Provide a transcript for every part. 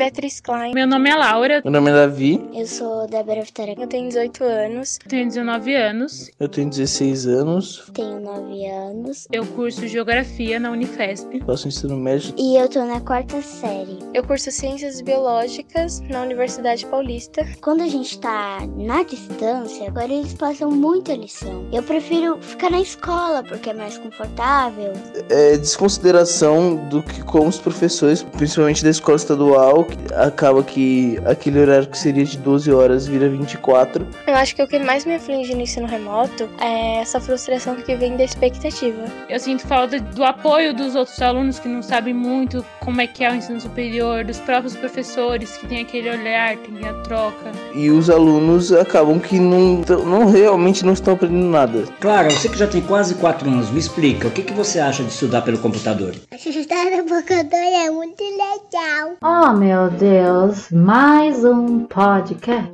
Beatriz Klein. Meu nome é Laura. Meu nome é Davi. Eu sou Débora Vitória. Eu tenho 18 anos. Tenho 19 anos. Eu tenho 16 anos. Tenho 9 anos. Eu curso Geografia na Unifesp. Faço ensino médio. E eu tô na 4ª série. Eu curso Ciências Biológicas na Universidade Paulista. Quando a gente tá na distância, agora eles passam muita lição. Eu prefiro ficar na escola porque é mais confortável. É desconsideração do que como os professores, principalmente da escola estadual, acaba que aquele horário que seria de 12 horas vira 24. Eu acho que o que mais me aflige no ensino remoto é essa frustração que vem da expectativa. Eu sinto falta do apoio dos outros alunos que não sabem muito como é que é o ensino superior, dos próprios professores que tem aquele olhar, tem a troca. E os alunos acabam que realmente não estão aprendendo nada. Clara, você que já tem quase 4 anos, me explica, o que você acha de estudar pelo computador? Estudar no computador é muito legal. Oh, meu Deus, mais um podcast.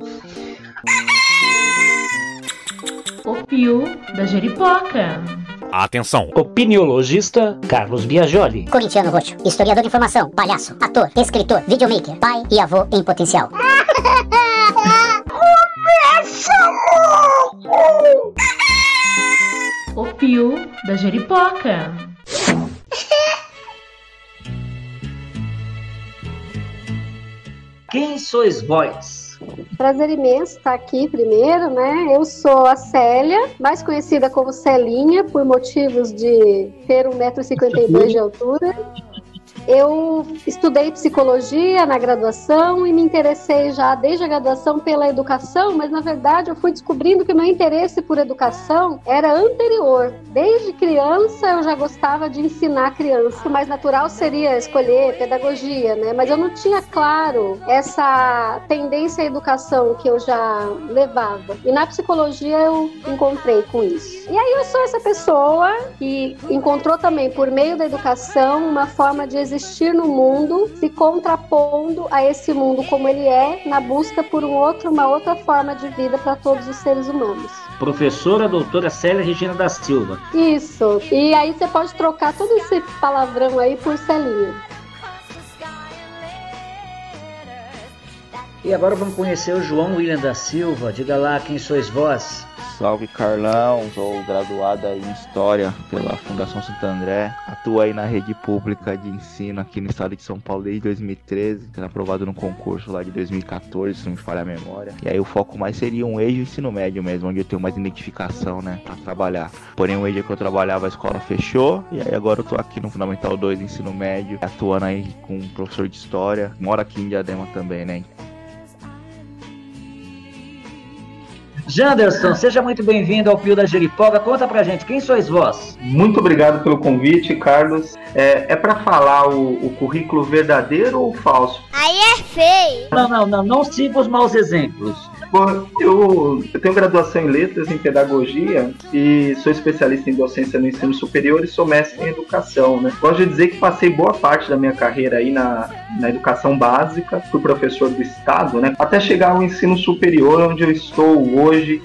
O Pio da Jeripoca. Atenção! Opiniologista Carlos Biagioli. Corintiano roxo, historiador de informação, palhaço, ator, escritor, videomaker, pai e avô em potencial. Começa logo! O Pio da Jeripoca. Quem sois vós? Prazer imenso estar aqui primeiro, né? Eu sou a Célia, mais conhecida como Celinha, por motivos de ter 1,52 m de altura. Eu estudei psicologia na graduação e me interessei já desde a graduação pela educação, mas na verdade eu fui descobrindo que o meu interesse por educação era anterior. Desde criança eu já gostava de ensinar criança. O mais natural seria escolher pedagogia, né? Mas eu não tinha claro essa tendência à educação que eu já levava. E na psicologia eu encontrei com isso. E aí eu sou essa pessoa que encontrou também por meio da educação uma forma de existir no mundo, se contrapondo a esse mundo como ele é, na busca por uma outra forma de vida para todos os seres humanos. Professora doutora Célia Regina da Silva. Isso, e aí você pode trocar todo esse palavrão aí por Celinha. E agora vamos conhecer o João William da Silva. Diga lá, quem sois vós? Salve Carlão, sou graduada em História pela Fundação Santo André. Atuo aí na rede pública de ensino aqui no estado de São Paulo desde 2013, sendo aprovado no concurso lá de 2014, se não me falha a memória. E aí o foco mais seria um eixo ensino médio mesmo, onde eu tenho mais identificação, né, pra trabalhar. Porém o eixo que eu trabalhava, a escola fechou, e aí agora eu tô aqui no Fundamental 2 ensino médio, atuando aí com um professor de História. Moro aqui em Diadema também, né. Janderson, seja muito bem-vindo ao Pio da Jeripoca. Conta pra gente, quem sois vós? Muito obrigado pelo convite, Carlos. É para falar o currículo verdadeiro ou falso? Aí é feio. Não siga os maus exemplos. Bom, eu tenho graduação em Letras, em Pedagogia e sou especialista em docência no ensino superior e sou mestre em educação, né? Gosto de dizer que passei boa parte da minha carreira aí na educação básica, fui professor do estado, né? Até chegar ao ensino superior, onde eu estou hoje.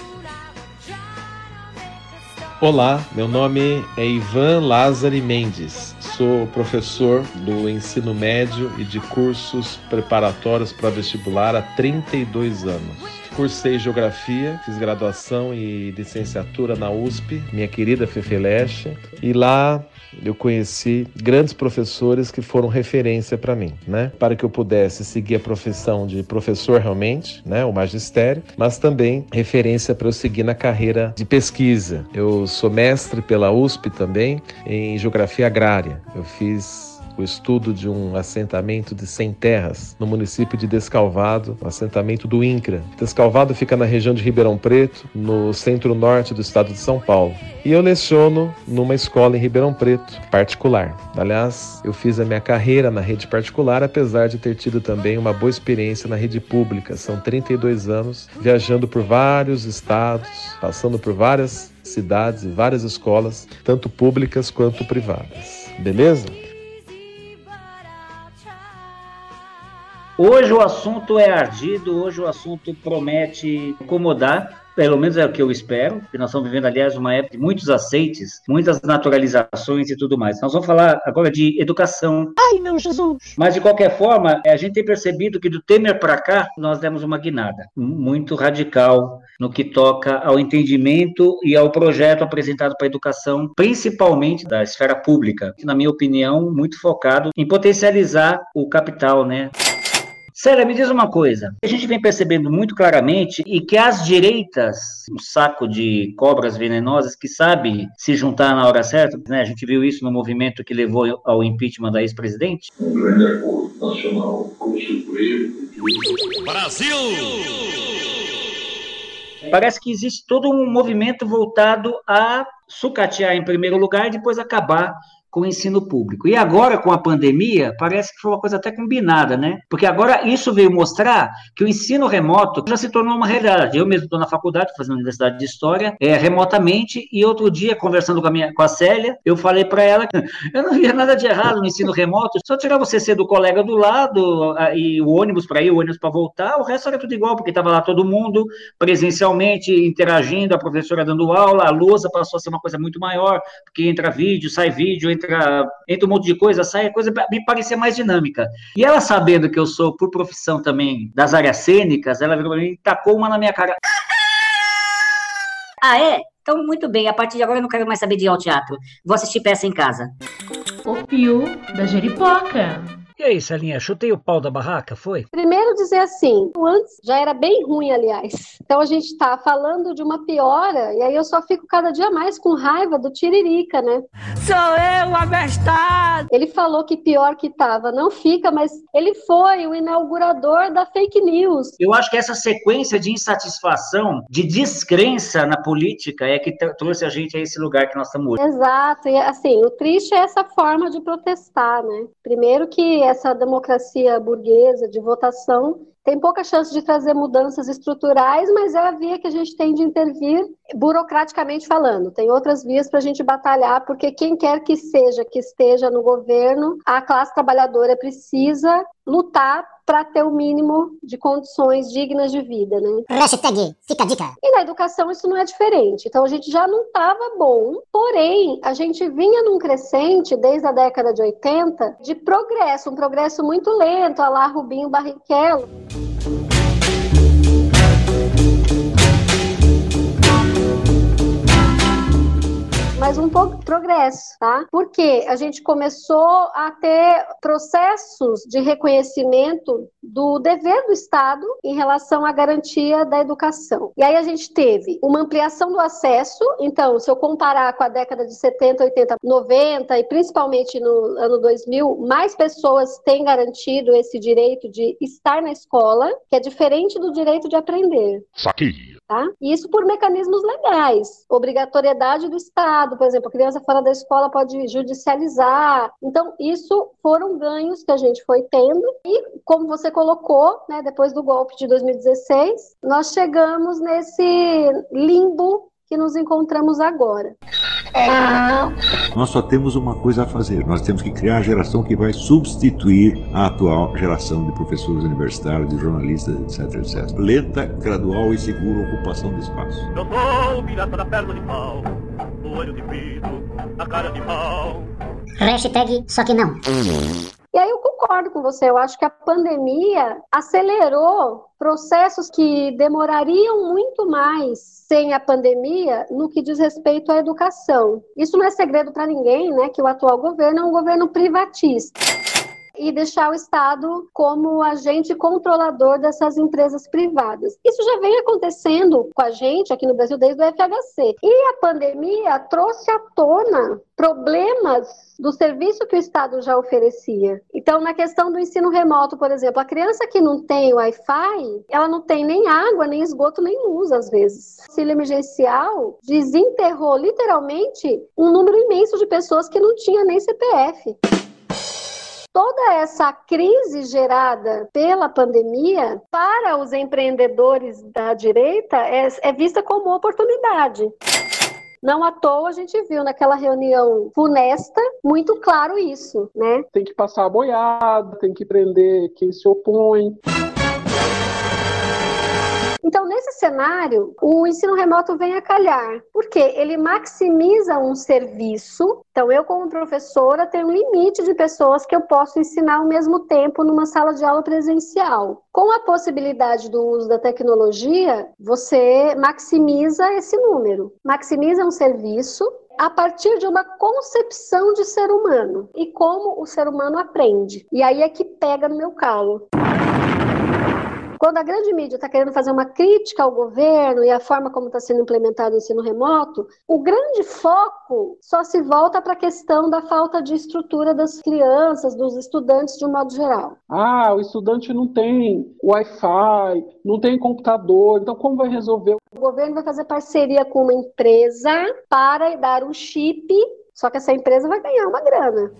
Olá, meu nome é Ivan Lázari Mendes, sou professor do ensino médio e de cursos preparatórios para vestibular há 32 anos. Cursei Geografia, fiz graduação e licenciatura na USP, minha querida Fefeleche, e lá eu conheci grandes professores que foram referência para mim, né? Para que eu pudesse seguir a profissão de professor realmente, né? O magistério, mas também referência para eu seguir na carreira de pesquisa. Eu sou mestre pela USP também em Geografia Agrária. Eu fiz o estudo de um assentamento de sem terras no município de Descalvado, o assentamento do INCRA. Descalvado fica na região de Ribeirão Preto, no centro-norte do estado de São Paulo. E eu leciono numa escola em Ribeirão Preto, particular. Aliás, eu fiz a minha carreira na rede particular, apesar de ter tido também uma boa experiência na rede pública. São 32 anos, viajando por vários estados, passando por várias cidades e várias escolas, tanto públicas quanto privadas. Beleza? Hoje o assunto é ardido, hoje o assunto promete incomodar. pelo menos é o que eu espero, que nós estamos vivendo, aliás, uma época de muitos aceites, muitas naturalizações e tudo mais. Nós vamos falar agora de educação. Ai, meu Jesus! Mas, de qualquer forma, a gente tem percebido que do Temer para cá, nós demos uma guinada muito radical no que toca ao entendimento e ao projeto apresentado para a educação, principalmente da esfera pública, que, na minha opinião, muito focado em potencializar o capital, né? Célia, me diz uma coisa. A gente vem percebendo muito claramente e que as direitas, um saco de cobras venenosas que sabe se juntar na hora certa, né? A gente viu isso no movimento que levou ao impeachment da ex-presidente. Um grande acordo nacional com o Supremo. Brasil! Parece que existe todo um movimento voltado a sucatear em primeiro lugar e depois acabar com o ensino público. E agora, com a pandemia, parece que foi uma coisa até combinada, né? Porque agora isso veio mostrar que o ensino remoto já se tornou uma realidade. Eu mesmo estou na faculdade, fazendo Universidade de História, remotamente, e outro dia, conversando com a Célia, eu falei para ela que eu não via nada de errado no ensino remoto, só tirar você ser do colega do lado, e o ônibus para ir, o ônibus para voltar, o resto era tudo igual, porque estava lá todo mundo presencialmente interagindo, a professora dando aula, a lousa passou a ser uma coisa muito maior, porque entra vídeo, sai vídeo, entra um monte de coisa, sai a coisa, me parecia mais dinâmica. E ela, sabendo que eu sou, por profissão também, das áreas cênicas, ela virou pra mim e tacou uma na minha cara. Ah, é? Então, muito bem, a partir de agora eu não quero mais saber de ir ao teatro. Vou assistir peça em casa. O Pio da Jeripoca. E aí, Celinha, chutei o pau da barraca, foi? Primeiro dizer assim, o antes já era bem ruim, aliás. Então a gente tá falando de uma piora, e aí eu só fico cada dia mais com raiva do Tiririca, né? Sou eu, abestado! Ele falou que pior que tava, não fica, mas ele foi o inaugurador da fake news. Eu acho que essa sequência de insatisfação, de descrença na política é que trouxe a gente a esse lugar que nós estamos hoje. Exato, e assim, o triste é essa forma de protestar, né? Primeiro que essa democracia burguesa de votação tem pouca chance de trazer mudanças estruturais, mas é a via que a gente tem de intervir burocraticamente falando. Tem outras vias para a gente batalhar, porque quem quer que esteja no governo, a classe trabalhadora precisa lutar para ter o mínimo de condições dignas de vida, né? Hashtag, fica a dica. E na educação isso não é diferente. Então a gente já não estava bom, porém a gente vinha num crescente desde a década de 80 de progresso, um progresso muito lento, a lá Rubinho Barrichello. Mas um pouco de progresso, tá? Porque a gente começou a ter processos de reconhecimento do dever do Estado em relação à garantia da educação. E aí a gente teve uma ampliação do acesso, então, se eu comparar com a década de 70, 80, 90 e principalmente no ano 2000, mais pessoas têm garantido esse direito de estar na escola, que é diferente do direito de aprender. Saquei. Tá? E isso por mecanismos legais, obrigatoriedade do Estado, por exemplo, a criança fora da escola pode judicializar. Então, isso foram ganhos que a gente foi tendo e, como você colocou, né, depois do golpe de 2016, nós chegamos nesse limbo que nos encontramos agora. Nós só temos uma coisa a fazer. Nós temos que criar a geração que vai substituir a atual geração de professores universitários, de jornalistas, etc, etc. Lenta, gradual e segura ocupação do espaço. Eu sou o pirata da perna de pau, o olho de vidro, a cara de pau. Hashtag, só que não. E aí eu concordo com você, eu acho que a pandemia acelerou processos que demorariam muito mais sem a pandemia no que diz respeito à educação. Isso não é segredo para ninguém, né, que o atual governo é um governo privatista. E deixar o Estado como agente controlador dessas empresas privadas. Isso já vem acontecendo com a gente aqui no Brasil desde o FHC. E a pandemia trouxe à tona problemas do serviço que o Estado já oferecia. Então, na questão do ensino remoto, por exemplo, a criança que não tem Wi-Fi, ela não tem nem água, nem esgoto, nem luz, às vezes. O auxílio emergencial desenterrou, literalmente, um número imenso de pessoas que não tinha nem CPF. Toda essa crise gerada pela pandemia, para os empreendedores da direita, é vista como oportunidade. Não à toa a gente viu naquela reunião funesta muito claro isso, né? Tem que passar a boiada, tem que prender quem se opõe. Então, nesse cenário, o ensino remoto vem a calhar. Por quê? Ele maximiza um serviço. Então, eu como professora tenho um limite de pessoas que eu posso ensinar ao mesmo tempo numa sala de aula presencial. Com a possibilidade do uso da tecnologia, você maximiza esse número. Maximiza um serviço a partir de uma concepção de ser humano e como o ser humano aprende. E aí é que pega no meu calo. Quando a grande mídia está querendo fazer uma crítica ao governo e à forma como está sendo implementado o ensino remoto, o grande foco só se volta para a questão da falta de estrutura das crianças, dos estudantes de um modo geral. O estudante não tem Wi-Fi, não tem computador, então como vai resolver? O governo vai fazer parceria com uma empresa para dar um chip, só que essa empresa vai ganhar uma grana.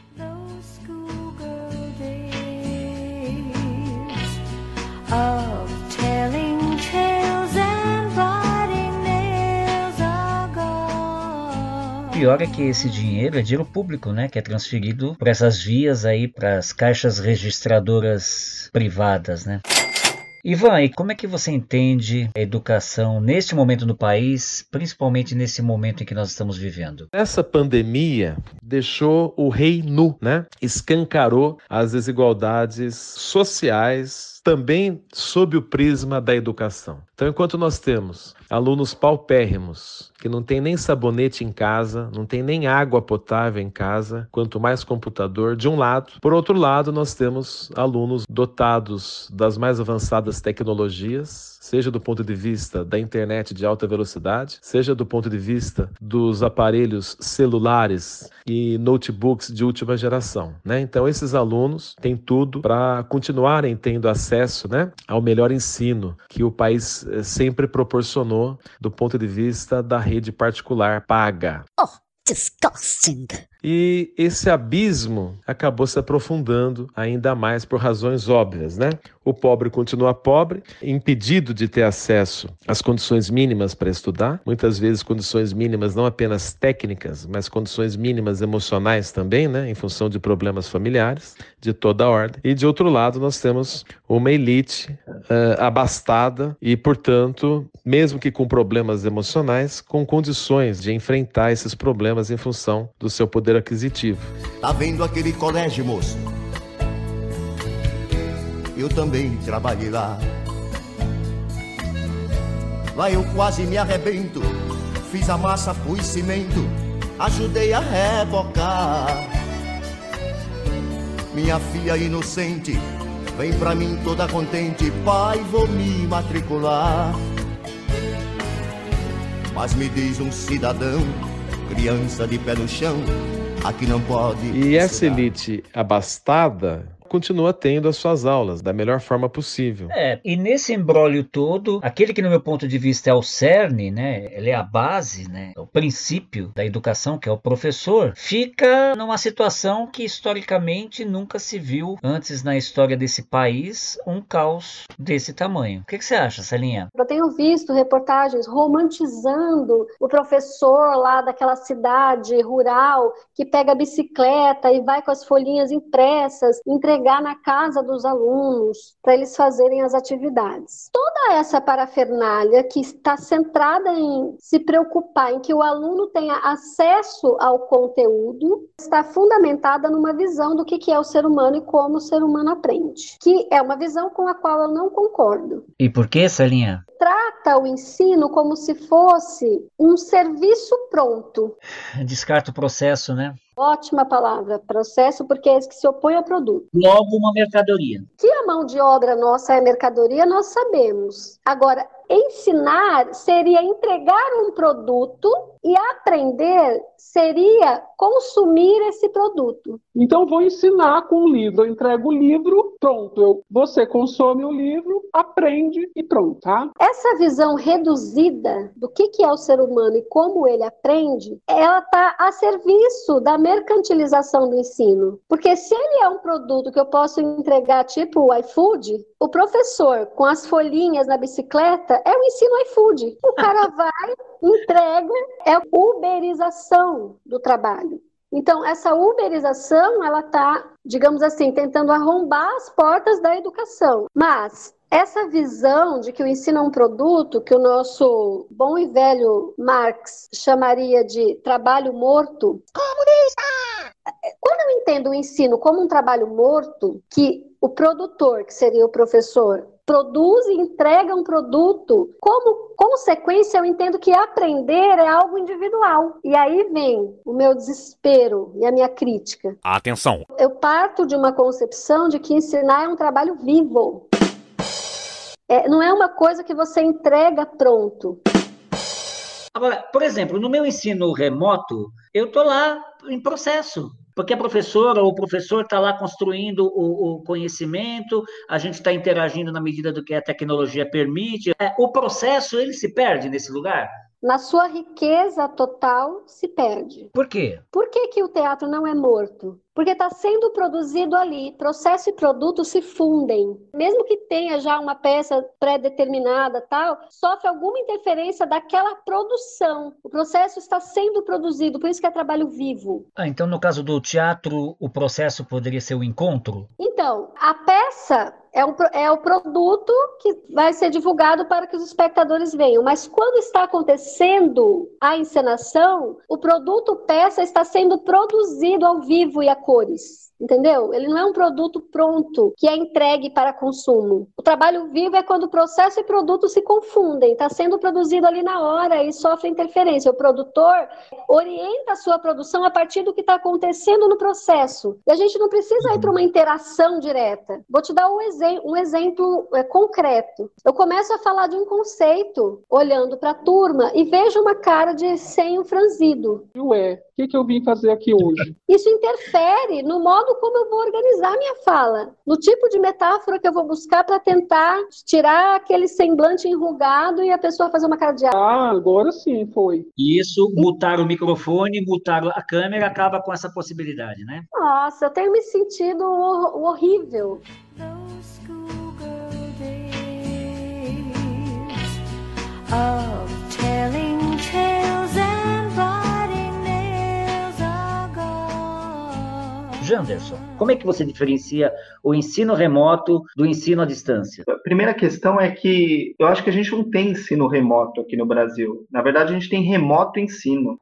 Of telling tales and biting nails are gone. O pior é que esse dinheiro é dinheiro público, né? Que é transferido por essas vias aí para as caixas registradoras privadas, né? Ivan, e como é que você entende a educação neste momento no país, principalmente nesse momento em que nós estamos vivendo? Essa pandemia deixou o rei nu, né? Escancarou as desigualdades sociais, também sob o prisma da educação. Então, enquanto nós temos alunos paupérrimos, que não tem nem sabonete em casa, não tem nem água potável em casa, quanto mais computador, de um lado. Por outro lado, nós temos alunos dotados das mais avançadas tecnologias, seja do ponto de vista da internet de alta velocidade, seja do ponto de vista dos aparelhos celulares e notebooks de última geração, né? Então, esses alunos têm tudo para continuarem tendo acesso, né, ao melhor ensino que o país sempre proporcionou do ponto de vista da rede particular paga. Oh, disgusting! E esse abismo acabou se aprofundando ainda mais por razões óbvias, né? O pobre continua pobre, impedido de ter acesso às condições mínimas para estudar, muitas vezes condições mínimas não apenas técnicas, mas condições mínimas emocionais também, né? Em função de problemas familiares de toda a ordem. E de outro lado nós temos uma elite abastada e, portanto, mesmo que com problemas emocionais, com condições de enfrentar esses problemas em função do seu poder aquisitivo. Tá vendo aquele colégio, moço? Eu também trabalhei lá. Lá eu quase me arrebento. Fiz a massa, fui cimento, ajudei a rebocar. Minha filha inocente vem pra mim toda contente: pai, vou me matricular. Mas me diz um cidadão, criança de pé no chão, aqui não pode. E essa elite abastada continua tendo as suas aulas da melhor forma possível. E nesse imbróglio todo, aquele que no meu ponto de vista é o cerne, né, ele é a base, né, é o princípio da educação, que é o professor, fica numa situação que historicamente nunca se viu antes na história desse país, um caos desse tamanho. O que você acha, Celinha? Eu tenho visto reportagens romantizando o professor lá daquela cidade rural que pega a bicicleta e vai com as folhinhas impressas entregar na casa dos alunos para eles fazerem as atividades. Toda essa parafernália que está centrada em se preocupar em que o aluno tenha acesso ao conteúdo está fundamentada numa visão do que é o ser humano e como o ser humano aprende, que é uma visão com a qual eu não concordo. E por que, Celinha? Trata o ensino como se fosse um serviço pronto. Descarta o processo, né? Ótima palavra, processo, porque é esse que se opõe ao produto. Logo, uma mercadoria. Que a mão de obra nossa é mercadoria, nós sabemos. Agora, ensinar seria entregar um produto e aprender seria consumir esse produto. Então, vou ensinar com o livro. Eu entrego o livro, pronto. Você consome o livro, aprende e pronto, tá? Essa visão reduzida do que é o ser humano e como ele aprende, ela está a serviço da mercantilização do ensino. Porque se ele é um produto que eu posso entregar tipo o iFood, o professor com as folhinhas na bicicleta é o ensino iFood. O cara vai, entrega, é a uberização do trabalho. Então, essa uberização, ela está, digamos assim, tentando arrombar as portas da educação. Mas Essa visão de que o ensino é um produto, que o nosso bom e velho Marx chamaria de trabalho morto. Comunista! Quando eu entendo o ensino como um trabalho morto, que o produtor, que seria o professor, produz e entrega um produto, como consequência eu entendo que aprender é algo individual. E aí vem o meu desespero e a minha crítica. Atenção! Eu parto de uma concepção de que ensinar é um trabalho vivo. Não é uma coisa que você entrega pronto. Agora, por exemplo, no meu ensino remoto, eu estou lá em processo. Porque a professora ou o professor está lá construindo o conhecimento, a gente está interagindo na medida do que a tecnologia permite. O processo, ele se perde nesse lugar? Na sua riqueza total, se perde. Por quê? Por que o teatro não é morto? Porque está sendo produzido ali. Processo e produto se fundem. Mesmo que tenha já uma peça pré-determinada, tal, sofre alguma interferência daquela produção. O processo está sendo produzido, por isso que é trabalho vivo. Então, no caso do teatro, o processo poderia ser o encontro? Então, a peça é o produto que vai ser divulgado para que os espectadores venham. Mas quando está acontecendo a encenação, o produto peça está sendo produzido ao vivo e a cores. Entendeu? Ele não é um produto pronto que é entregue para consumo. O trabalho vivo é quando processo e produto se confundem. Está sendo produzido ali na hora e sofre interferência. O produtor orienta a sua produção a partir do que está acontecendo no processo. E a gente não precisa ir para uma interação direta. Vou te dar um exemplo concreto. Eu começo a falar de um conceito olhando para a turma e vejo uma cara de senho franzido. Ué, o que eu vim fazer aqui hoje? Isso interfere no modo como eu vou organizar a minha fala, no tipo de metáfora que eu vou buscar para tentar tirar aquele semblante enrugado e a pessoa fazer uma cara de... Ah, agora sim foi. Isso, mutar o microfone, mutar a câmera, acaba com essa possibilidade, né? Nossa, eu tenho me sentido horrível. Of telling tales and writing nails ago. Janderson, como é que você diferencia o ensino remoto do ensino à distância? A primeira questão é que eu acho que a gente não tem ensino remoto aqui no Brasil. Na verdade, a gente tem remoto ensino.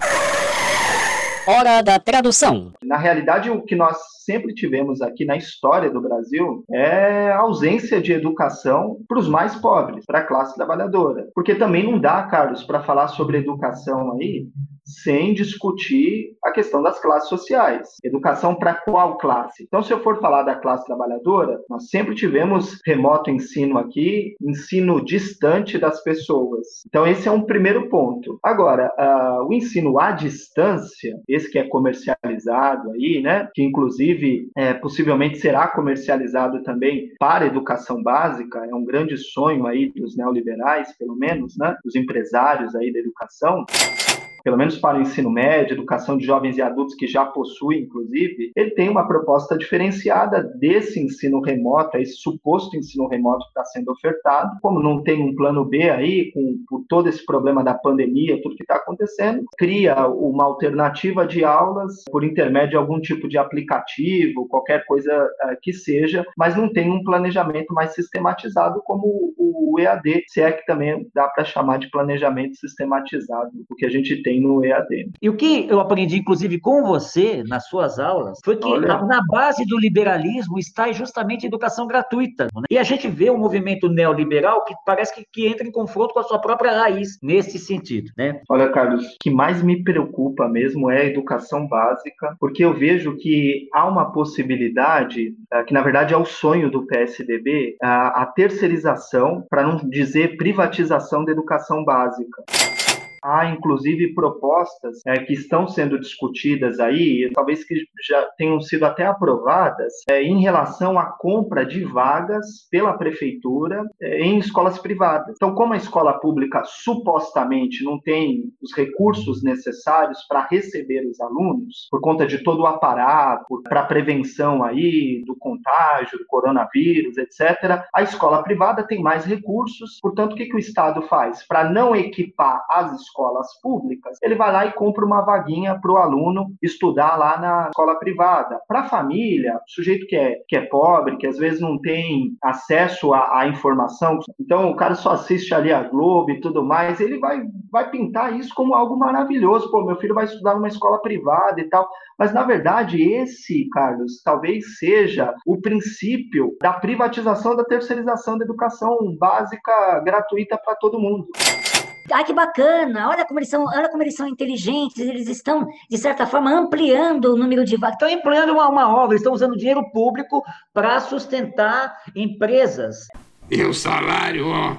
Hora da tradução. Na realidade, o que nós sempre tivemos aqui na história do Brasil é a ausência de educação para os mais pobres, para a classe trabalhadora. Porque também não dá, Carlos, para falar sobre educação aí sem discutir a questão das classes sociais. Educação para qual classe? Então, se eu for falar da classe trabalhadora, nós sempre tivemos remoto ensino aqui, ensino distante das pessoas. Então, esse é um primeiro ponto. Agora, o ensino à distância, esse que é comercializado aí, né, que inclusive possivelmente será comercializado também para a educação básica, é um grande sonho aí dos neoliberais, pelo menos, né, dos empresários aí da educação, pelo menos para o ensino médio, educação de jovens e adultos que já possuem, inclusive, ele tem uma proposta diferenciada desse ensino remoto, esse suposto ensino remoto que está sendo ofertado. Como não tem um plano B aí, por todo esse problema da pandemia, tudo que está acontecendo, cria uma alternativa de aulas por intermédio de algum tipo de aplicativo, qualquer coisa que seja, mas não tem um planejamento mais sistematizado como o EAD, se é que também dá para chamar de planejamento sistematizado, o que a gente tem no EAD. E o que eu aprendi, inclusive, com você, nas suas aulas, foi que na base do liberalismo está justamente a educação gratuita. Né? E a gente vê um movimento neoliberal que parece que entra em confronto com a sua própria raiz, nesse sentido. Né? Olha, Carlos, o que mais me preocupa mesmo é a educação básica, porque eu vejo que há uma possibilidade, que na verdade é o sonho do PSDB, a terceirização, para não dizer privatização da educação básica. Há, inclusive, propostas que estão sendo discutidas aí, talvez que já tenham sido até aprovadas, em relação à compra de vagas pela prefeitura em escolas privadas. Então, como a escola pública supostamente não tem os recursos necessários para receber os alunos, por conta de todo o aparato para prevenção aí do contágio, do coronavírus, etc., a escola privada tem mais recursos. Portanto, o que o Estado faz? Para não equipar as escolas públicas, ele vai lá e compra uma vaguinha para o aluno estudar lá na escola privada. Para a família, o sujeito que é pobre, que às vezes não tem acesso à informação, então o cara só assiste ali a Globo e tudo mais, ele vai pintar isso como algo maravilhoso. Pô, meu filho vai estudar numa escola privada e tal. Mas, na verdade, esse, Carlos, talvez seja o princípio da privatização, da terceirização da educação básica gratuita para todo mundo. Ah, que bacana! Olha como eles são inteligentes, eles estão, de certa forma, ampliando o número de vagas. Estão ampliando uma obra, estão usando dinheiro público para sustentar empresas. E o salário, ó.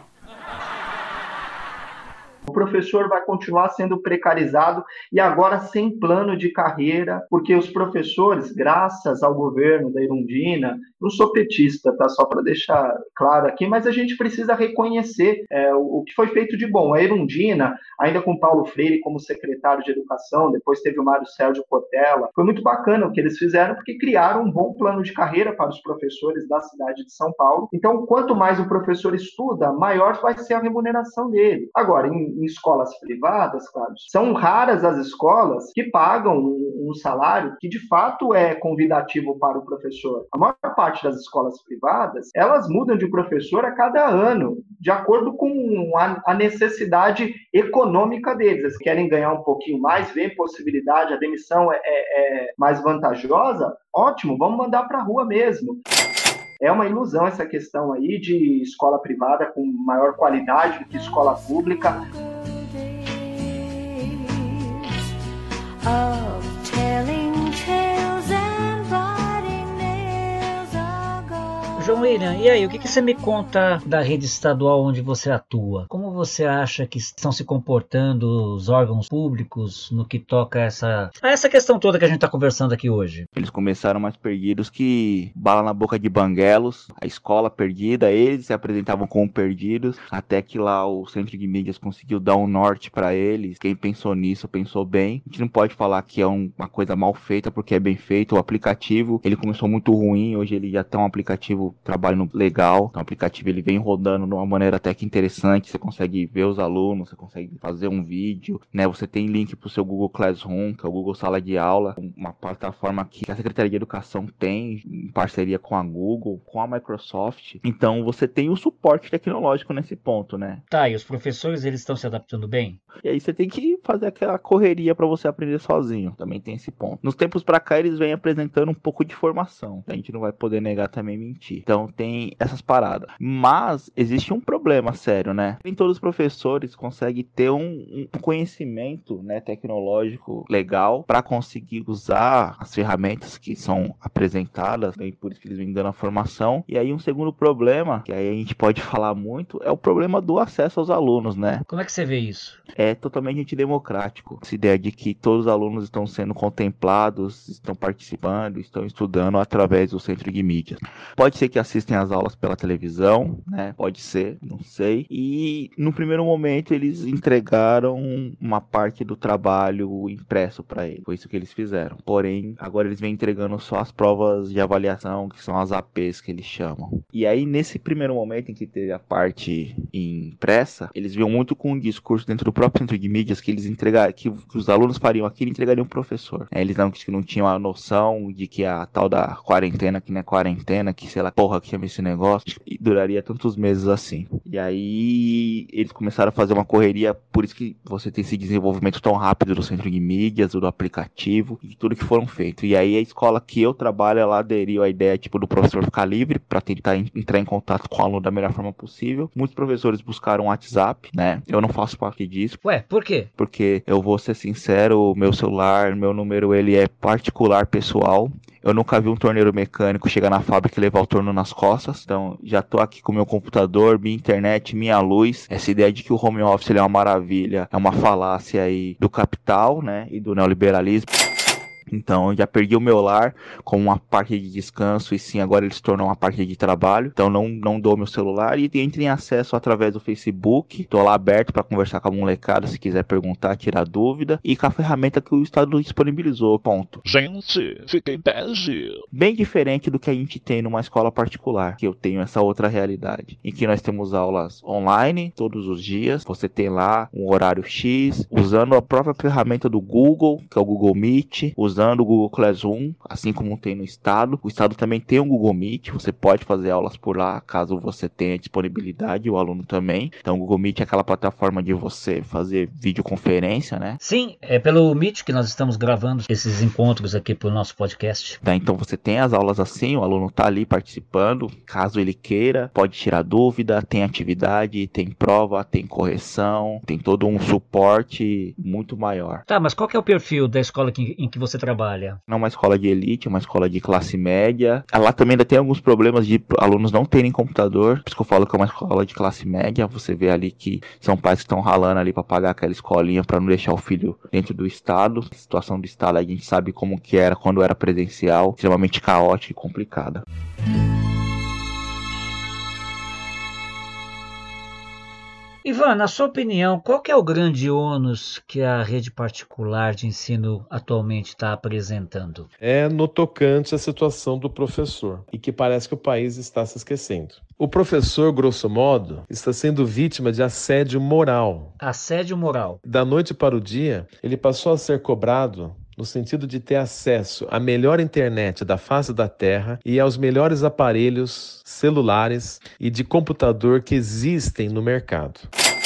O professor vai continuar sendo precarizado e agora sem plano de carreira, porque os professores, graças ao governo da Erundina, não sou petista, tá? Só para deixar claro aqui, mas a gente precisa reconhecer o que foi feito de bom. A Erundina, ainda com Paulo Freire como secretário de Educação, depois teve o Mário Sérgio Cortella, foi muito bacana o que eles fizeram, porque criaram um bom plano de carreira para os professores da cidade de São Paulo. Então, quanto mais o professor estuda, maior vai ser a remuneração dele. Agora, em escolas privadas, claro, são raras as escolas que pagam um salário que, de fato, é convidativo para o professor. A maior parte das escolas privadas, elas mudam de professor a cada ano, de acordo com a necessidade econômica deles. Eles querem ganhar um pouquinho mais, veem possibilidade, a demissão é mais vantajosa, ótimo, vamos mandar para a rua mesmo. É uma ilusão essa questão aí de escola privada com maior qualidade do que escola pública. João William, e aí, o que você me conta da rede estadual onde você atua? Como você acha que estão se comportando os órgãos públicos no que toca a essa questão toda que a gente está conversando aqui hoje? Eles começaram mais perdidos que bala na boca de banguelos, a escola perdida, eles se apresentavam como perdidos, até que lá o Centro de Mídias conseguiu dar um norte para eles. Quem pensou nisso, pensou bem. A gente não pode falar que é uma coisa mal feita, porque é bem feito. O aplicativo, ele começou muito ruim, hoje ele já tem um aplicativo trabalho legal, então o aplicativo ele vem rodando de uma maneira até que interessante, você consegue ver os alunos, você consegue fazer um vídeo, né? Você tem link para o seu Google Classroom, que é o Google Sala de Aula, uma plataforma que a Secretaria de Educação tem em parceria com a Google, com a Microsoft, então você tem o suporte tecnológico nesse ponto, né? Tá, e os professores, eles estão se adaptando bem? E aí você tem que fazer aquela correria para você aprender sozinho, também tem esse ponto. Nos tempos para cá eles vêm apresentando um pouco de formação, a gente não vai poder negar também mentir. Então tem essas paradas. Mas existe um problema sério, né? Nem todos os professores conseguem ter um conhecimento, né, tecnológico legal para conseguir usar as ferramentas que são apresentadas, né, e por isso que eles vêm dando a formação. E aí um segundo problema, que aí a gente pode falar muito, é o problema do acesso aos alunos, né? Como é que você vê isso? É totalmente antidemocrático. Essa ideia de que todos os alunos estão sendo contemplados, estão participando, estão estudando através do Centro de Mídias. Pode ser que assistem às aulas pela televisão, né? Pode ser, não sei. E no primeiro momento eles entregaram uma parte do trabalho impresso para eles. Foi isso que eles fizeram. Porém, agora eles vêm entregando só as provas de avaliação, que são as APs que eles chamam. E aí, nesse primeiro momento em que teve a parte impressa, eles viam muito com um discurso dentro do próprio Centro de Mídias que eles entregaram, que os alunos fariam aquilo e entregariam o professor. Eles não tinham a noção de que a tal da quarentena, que não é quarentena, que sei lá, porra, que chama esse negócio, e duraria tantos meses assim. E aí eles começaram a fazer uma correria, por isso que você tem esse desenvolvimento tão rápido do Centro de Mídias, do aplicativo, e tudo que foram feito. E aí a escola que eu trabalho, ela aderiu à ideia tipo do professor ficar livre para tentar entrar em contato com o aluno da melhor forma possível. Muitos professores buscaram o WhatsApp, né? Eu não faço parte disso. Ué, por quê? Porque eu vou ser sincero, o meu celular, meu número, ele é particular, pessoal. Eu nunca vi um torneiro mecânico chegar na fábrica e levar o torno nas costas. Então, já tô aqui com meu computador, minha internet, minha luz. Essa ideia de que o home office ele é uma maravilha, é uma falácia aí do capital, né? E do neoliberalismo. Então eu já perdi o meu lar como uma parte de descanso, e sim, agora ele se tornou uma parte de trabalho. Então não dou meu celular e entro em acesso através do Facebook. Tô lá aberto para conversar com a molecada, se quiser perguntar, tirar dúvida, e com a ferramenta que o Estado disponibilizou, ponto. Gente, fiquei bege. Bem diferente do que a gente tem numa escola particular, que eu tenho essa outra realidade, em que nós temos aulas online todos os dias. Você tem lá um horário X, usando a própria ferramenta do Google, que é o Google Meet, usando o Google Classroom, assim como tem no Estado. O Estado também tem um Google Meet, você pode fazer aulas por lá, caso você tenha disponibilidade, o aluno também. Então o Google Meet é aquela plataforma de você fazer videoconferência, né? Sim, é pelo Meet que nós estamos gravando esses encontros aqui pro nosso podcast. Tá, então você tem as aulas assim, o aluno tá ali participando, caso ele queira, pode tirar dúvida, tem atividade, tem prova, tem correção, tem todo um suporte muito maior. Tá, mas qual que é o perfil da escola em que você trabalha? Não é uma escola de elite, é uma escola de classe média. Lá também ainda tem alguns problemas de alunos não terem computador, por isso que eu falo que é uma escola de classe média. Você vê ali que são pais que estão ralando ali para pagar aquela escolinha para não deixar o filho dentro do estado. A situação do estado a gente sabe como que era quando era presencial, extremamente caótica e complicada. Ivan, na sua opinião, qual que é o grande ônus que a rede particular de ensino atualmente está apresentando? É no tocante à situação do professor, e que parece que o país está se esquecendo. O professor, grosso modo, está sendo vítima de assédio moral. Assédio moral. Da noite para o dia, ele passou a ser cobrado no sentido de ter acesso à melhor internet da face da Terra e aos melhores aparelhos celulares e de computador que existem no mercado.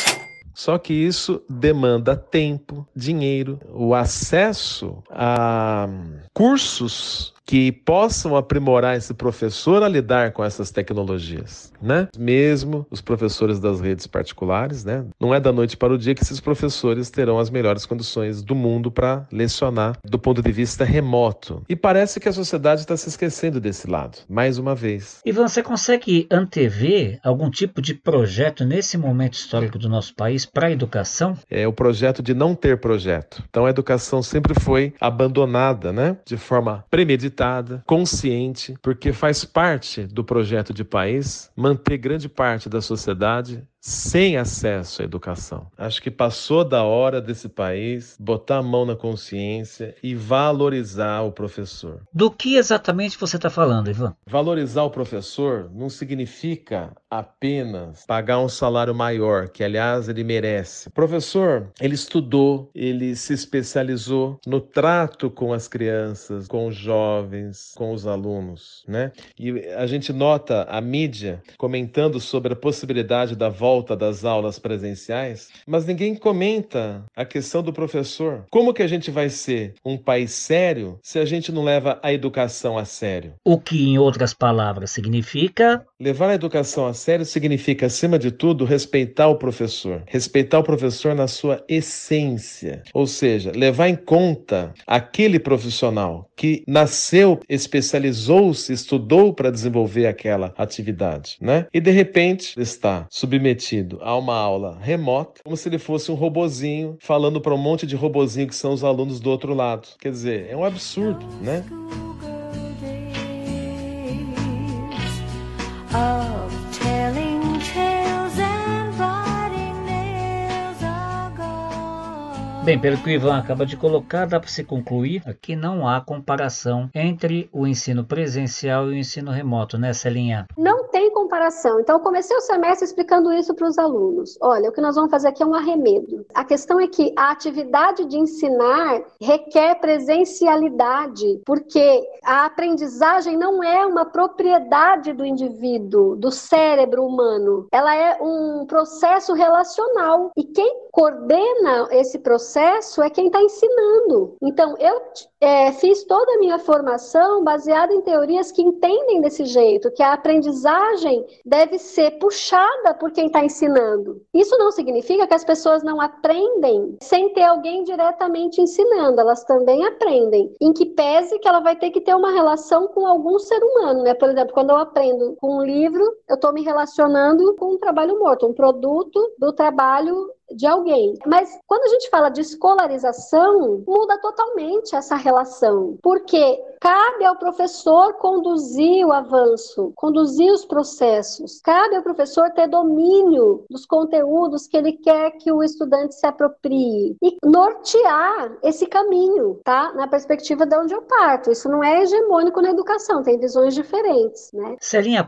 Só que isso demanda tempo, dinheiro, o acesso a cursos que possam aprimorar esse professor a lidar com essas tecnologias, né? Mesmo os professores das redes particulares, né? Não é da noite para o dia que esses professores terão as melhores condições do mundo para lecionar do ponto de vista remoto. E parece que a sociedade está se esquecendo desse lado, mais uma vez. E você consegue antever algum tipo de projeto nesse momento histórico do nosso país para a educação? É o projeto de não ter projeto. Então a educação sempre foi abandonada, né? De forma premeditada, consciente, porque faz parte do projeto de país manter grande parte da sociedade sem acesso à educação. Acho que passou da hora desse país botar a mão na consciência e valorizar o professor. Do que exatamente você está falando, Ivan? Valorizar o professor não significa apenas pagar um salário maior, que aliás ele merece. O professor, ele estudou, ele se especializou no trato com as crianças, com os jovens, com os alunos, né? E a gente nota a mídia comentando sobre a possibilidade da volta das aulas presenciais, mas ninguém comenta a questão do professor. Como que a gente vai ser um país sério se a gente não leva a educação a sério? O que, em outras palavras, significa... Levar a educação a sério significa, acima de tudo, respeitar o professor. Respeitar o professor na sua essência. Ou seja, levar em conta aquele profissional que nasceu, especializou-se, estudou para desenvolver aquela atividade, né? E, de repente, está submetido a uma aula remota, como se ele fosse um robozinho, falando para um monte de robozinho que são os alunos do outro lado. Quer dizer, é um absurdo, né? Of telling tales and writing nails are gone. Bem, pelo que o Ivan acaba de colocar, dá para se concluir que não há comparação entre o ensino presencial e o ensino remoto, né, Celinha? Não tem comparação. Então, eu comecei o semestre explicando isso para os alunos. Olha, o que nós vamos fazer aqui é um arremedo. A questão é que a atividade de ensinar requer presencialidade, porque a aprendizagem não é uma propriedade do indivíduo, do cérebro humano. Ela é um processo relacional. E quem coordena esse processo é quem está ensinando. Então, eu fiz toda a minha formação baseada em teorias que entendem desse jeito, que a aprendizagem deve ser puxada por quem está ensinando. Isso não significa que as pessoas não aprendem sem ter alguém diretamente ensinando, elas também aprendem, em que pese que ela vai ter que ter uma relação com algum ser humano, né? Por exemplo, quando eu aprendo com um livro, eu estou me relacionando com um trabalho morto, um produto do trabalho de alguém. Mas quando a gente fala de escolarização, muda totalmente essa relação, porque cabe ao professor conduzir o avanço, conduzir os processos. Cabe ao professor ter domínio dos conteúdos que ele quer que o estudante se aproprie e nortear esse caminho, tá? Na perspectiva de onde eu parto. Isso não é hegemônico na educação, tem visões diferentes, né? Celinha,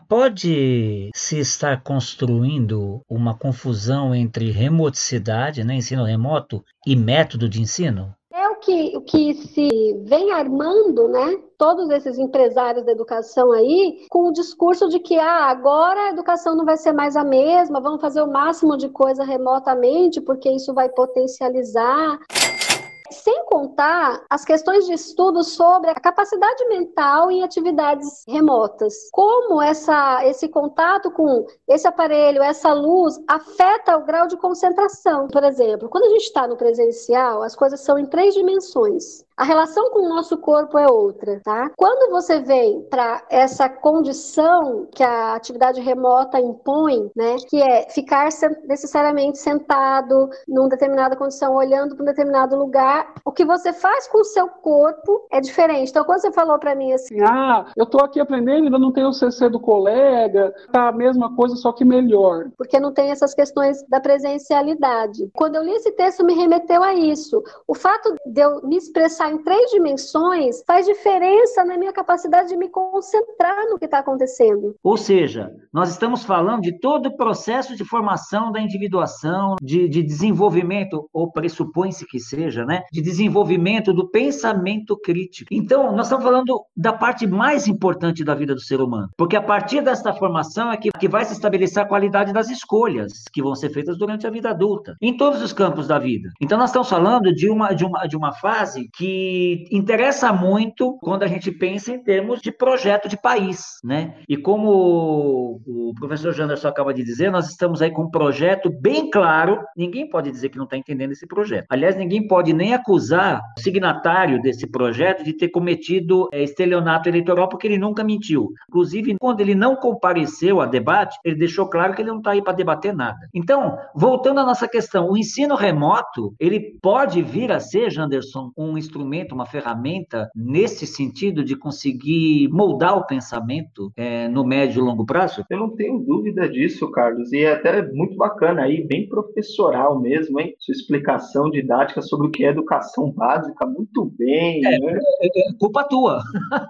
pode se estar construindo uma confusão entre remoticidade, né, ensino remoto, e método de ensino? É o que se vem armando, né? Todos esses empresários da educação aí, com o discurso de que agora a educação não vai ser mais a mesma, vamos fazer o máximo de coisa remotamente, porque isso vai potencializar. Sem contar as questões de estudo sobre a capacidade mental em atividades remotas. Como esse contato com esse aparelho, essa luz, afeta o grau de concentração. Por exemplo, quando a gente está no presencial, as coisas são em 3 dimensões. A relação com o nosso corpo é outra, tá? Quando você vem para essa condição que a atividade remota impõe, né, que é ficar necessariamente sentado numa determinada condição, olhando para um determinado lugar, o que você faz com o seu corpo é diferente. Então, quando você falou para mim assim, eu tô aqui aprendendo, ainda não tenho o CC do colega, tá a mesma coisa, só que melhor. Porque não tem essas questões da presencialidade. Quando eu li esse texto, me remeteu a isso. O fato de eu me expressar em 3 dimensões faz diferença na minha capacidade de me concentrar no que está acontecendo. Ou seja, nós estamos falando de todo o processo de formação da individuação, de desenvolvimento, ou pressupõe-se que seja, né? De desenvolvimento do pensamento crítico. Então, nós estamos falando da parte mais importante da vida do ser humano, porque a partir desta formação é que vai se estabelecer a qualidade das escolhas que vão ser feitas durante a vida adulta, em todos os campos da vida. Então, nós estamos falando de uma fase que interessa muito quando a gente pensa em termos de projeto de país, né? E como o professor Janderson acaba de dizer, nós estamos aí com um projeto bem claro, ninguém pode dizer que não está entendendo esse projeto. Aliás, ninguém pode nem acusar o signatário desse projeto de ter cometido estelionato eleitoral, porque ele nunca mentiu. Inclusive, quando ele não compareceu a debate, ele deixou claro que ele não está aí para debater nada. Então, voltando à nossa questão, o ensino remoto, ele pode vir a ser, Janderson, um instrumento, uma ferramenta nesse sentido de conseguir moldar o pensamento no médio e longo prazo? Eu não tenho dúvida disso, Carlos, e é até muito bacana aí, bem professoral mesmo, hein? Sua explicação didática sobre o que é educação básica, muito bem. Né? Culpa tua.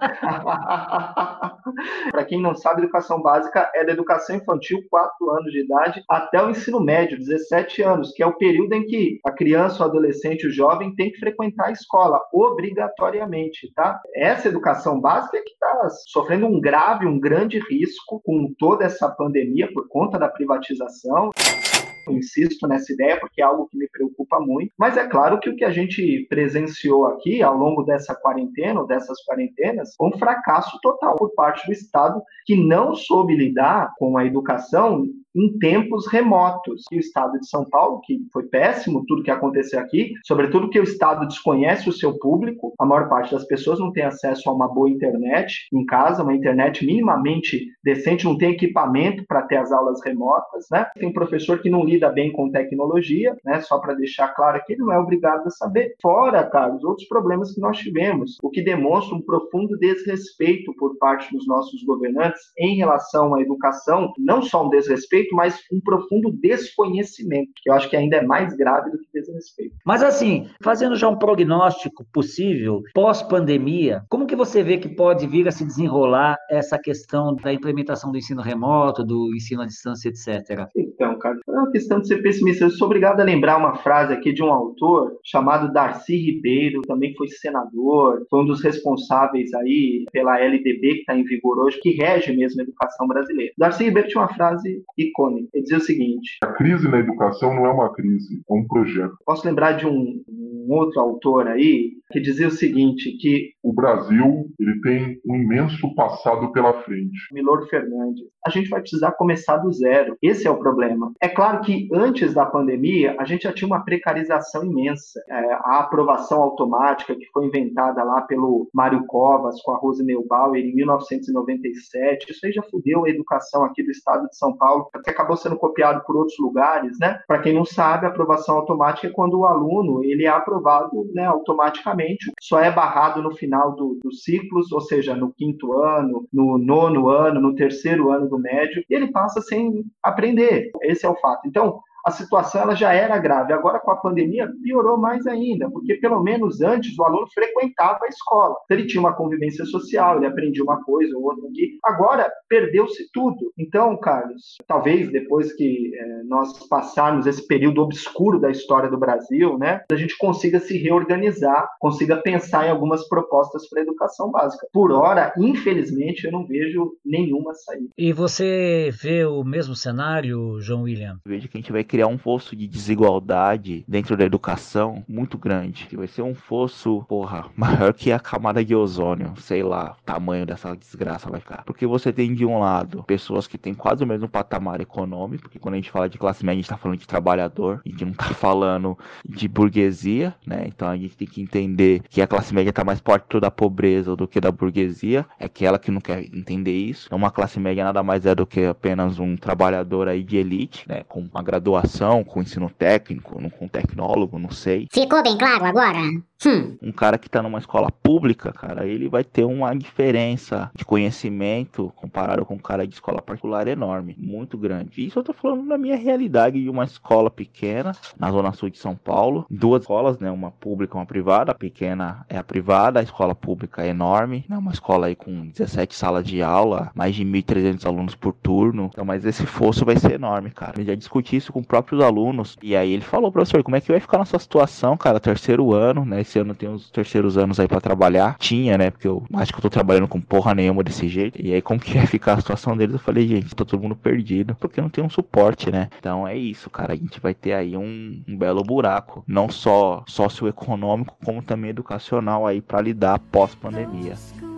Para quem não sabe, educação básica é da educação infantil, 4 anos de idade, até o ensino médio, 17 anos, que é o período em que a criança, o adolescente, o jovem tem que frequentar a escola, obrigatoriamente, tá? Essa educação básica é que está sofrendo um grande risco com toda essa pandemia por conta da privatização. Eu insisto nessa ideia porque é algo que me preocupa muito, mas é claro que o que a gente presenciou aqui ao longo dessa quarentena, ou dessas quarentenas, foi um fracasso total por parte do Estado, que não soube lidar com a educação em tempos remotos. E o Estado de São Paulo, que foi péssimo tudo que aconteceu aqui, sobretudo que o Estado desconhece o seu público, a maior parte das pessoas não tem acesso a uma boa internet em casa, uma internet minimamente decente, não tem equipamento para ter as aulas remotas, né? Tem professor que não lida bem com tecnologia, né? Só para deixar claro que ele não é obrigado a saber. Fora, Carlos, outros problemas que nós tivemos, o que demonstra um profundo desrespeito por parte dos nossos governantes em relação à educação, não só um desrespeito, mas um profundo desconhecimento, que eu acho que ainda é mais grave do que desrespeito. Mas assim, fazendo já um prognóstico possível, pós-pandemia, como que você vê que pode vir a se desenrolar essa questão da implementação do ensino remoto, do ensino à distância, etc.? Então, cara, é uma questão de ser pessimista. Eu sou obrigado a lembrar uma frase aqui de um autor chamado Darcy Ribeiro, também foi senador, foi um dos responsáveis aí pela LDB que está em vigor hoje, que rege mesmo a educação brasileira. Darcy Ribeiro tinha uma frase icônica. Ele dizia o seguinte: a crise na educação não é uma crise, é um projeto. Posso lembrar de um outro autor aí, que dizia o seguinte, que o Brasil ele tem um imenso passado pela frente. Milor Fernandes, a gente vai precisar começar do zero. Esse é o problema. É claro que antes da pandemia, a gente já tinha uma precarização imensa. A aprovação automática que foi inventada lá pelo Mário Covas com a Rose Neubauer em 1997, isso aí já fudeu a educação aqui do estado de São Paulo, que acabou sendo copiado por outros lugares, né? Para quem não sabe, a aprovação automática é quando o aluno ele é aprovado, né, automaticamente, só é barrado no final dos ciclos, ou seja, no 5º ano, no 9º ano, no 3º ano do médio, e ele passa sem aprender. Esse é o fato. Então, a situação ela já era grave. Agora, com a pandemia, piorou mais ainda, porque pelo menos antes o aluno frequentava a escola. Ele tinha uma convivência social, ele aprendia uma coisa ou outra aqui. Agora, perdeu-se tudo. Então, Carlos, talvez depois que nós passarmos esse período obscuro da história do Brasil, né, a gente consiga se reorganizar, consiga pensar em algumas propostas para a educação básica. Por hora, infelizmente, eu não vejo nenhuma saída. E você vê o mesmo cenário, João William? Vejo que a gente vai criar um fosso de desigualdade dentro da educação muito grande. Vai ser um fosso, maior que a camada de ozônio. Sei lá, o tamanho dessa desgraça vai ficar. Porque você tem de um lado pessoas que têm quase o mesmo patamar econômico, porque quando a gente fala de classe média, a gente tá falando de trabalhador, a gente não tá falando de burguesia, né? Então a gente tem que entender que a classe média tá mais perto da pobreza do que da burguesia. É aquela que não quer entender isso. Então uma classe média nada mais é do que apenas um trabalhador aí de elite, né? Com uma graduação, com ensino técnico, com tecnólogo, não sei. Ficou bem claro agora? Um cara que tá numa escola pública, cara, ele vai ter uma diferença de conhecimento comparado com um cara de escola particular enorme, muito grande. Isso eu tô falando da minha realidade de uma escola pequena, na zona sul de São Paulo. 2 escolas, né, uma pública e uma privada. A pequena é a privada, a escola pública é enorme, né, uma escola aí com 17 salas de aula, mais de 1.300 alunos por turno. Então, mas esse fosso vai ser enorme, cara. Eu já discuti isso com próprios alunos, e aí ele falou: professor, como é que vai ficar nossa situação, cara, 3º ano, né, esse ano tem os 3º anos aí pra trabalhar, porque eu acho que eu tô trabalhando com porra nenhuma desse jeito, e aí como que vai ficar a situação deles? Eu falei: gente, tá todo mundo perdido, porque não tem um suporte, né, então é isso, cara, a gente vai ter aí um belo buraco, não só socioeconômico, como também educacional aí pra lidar pós-pandemia.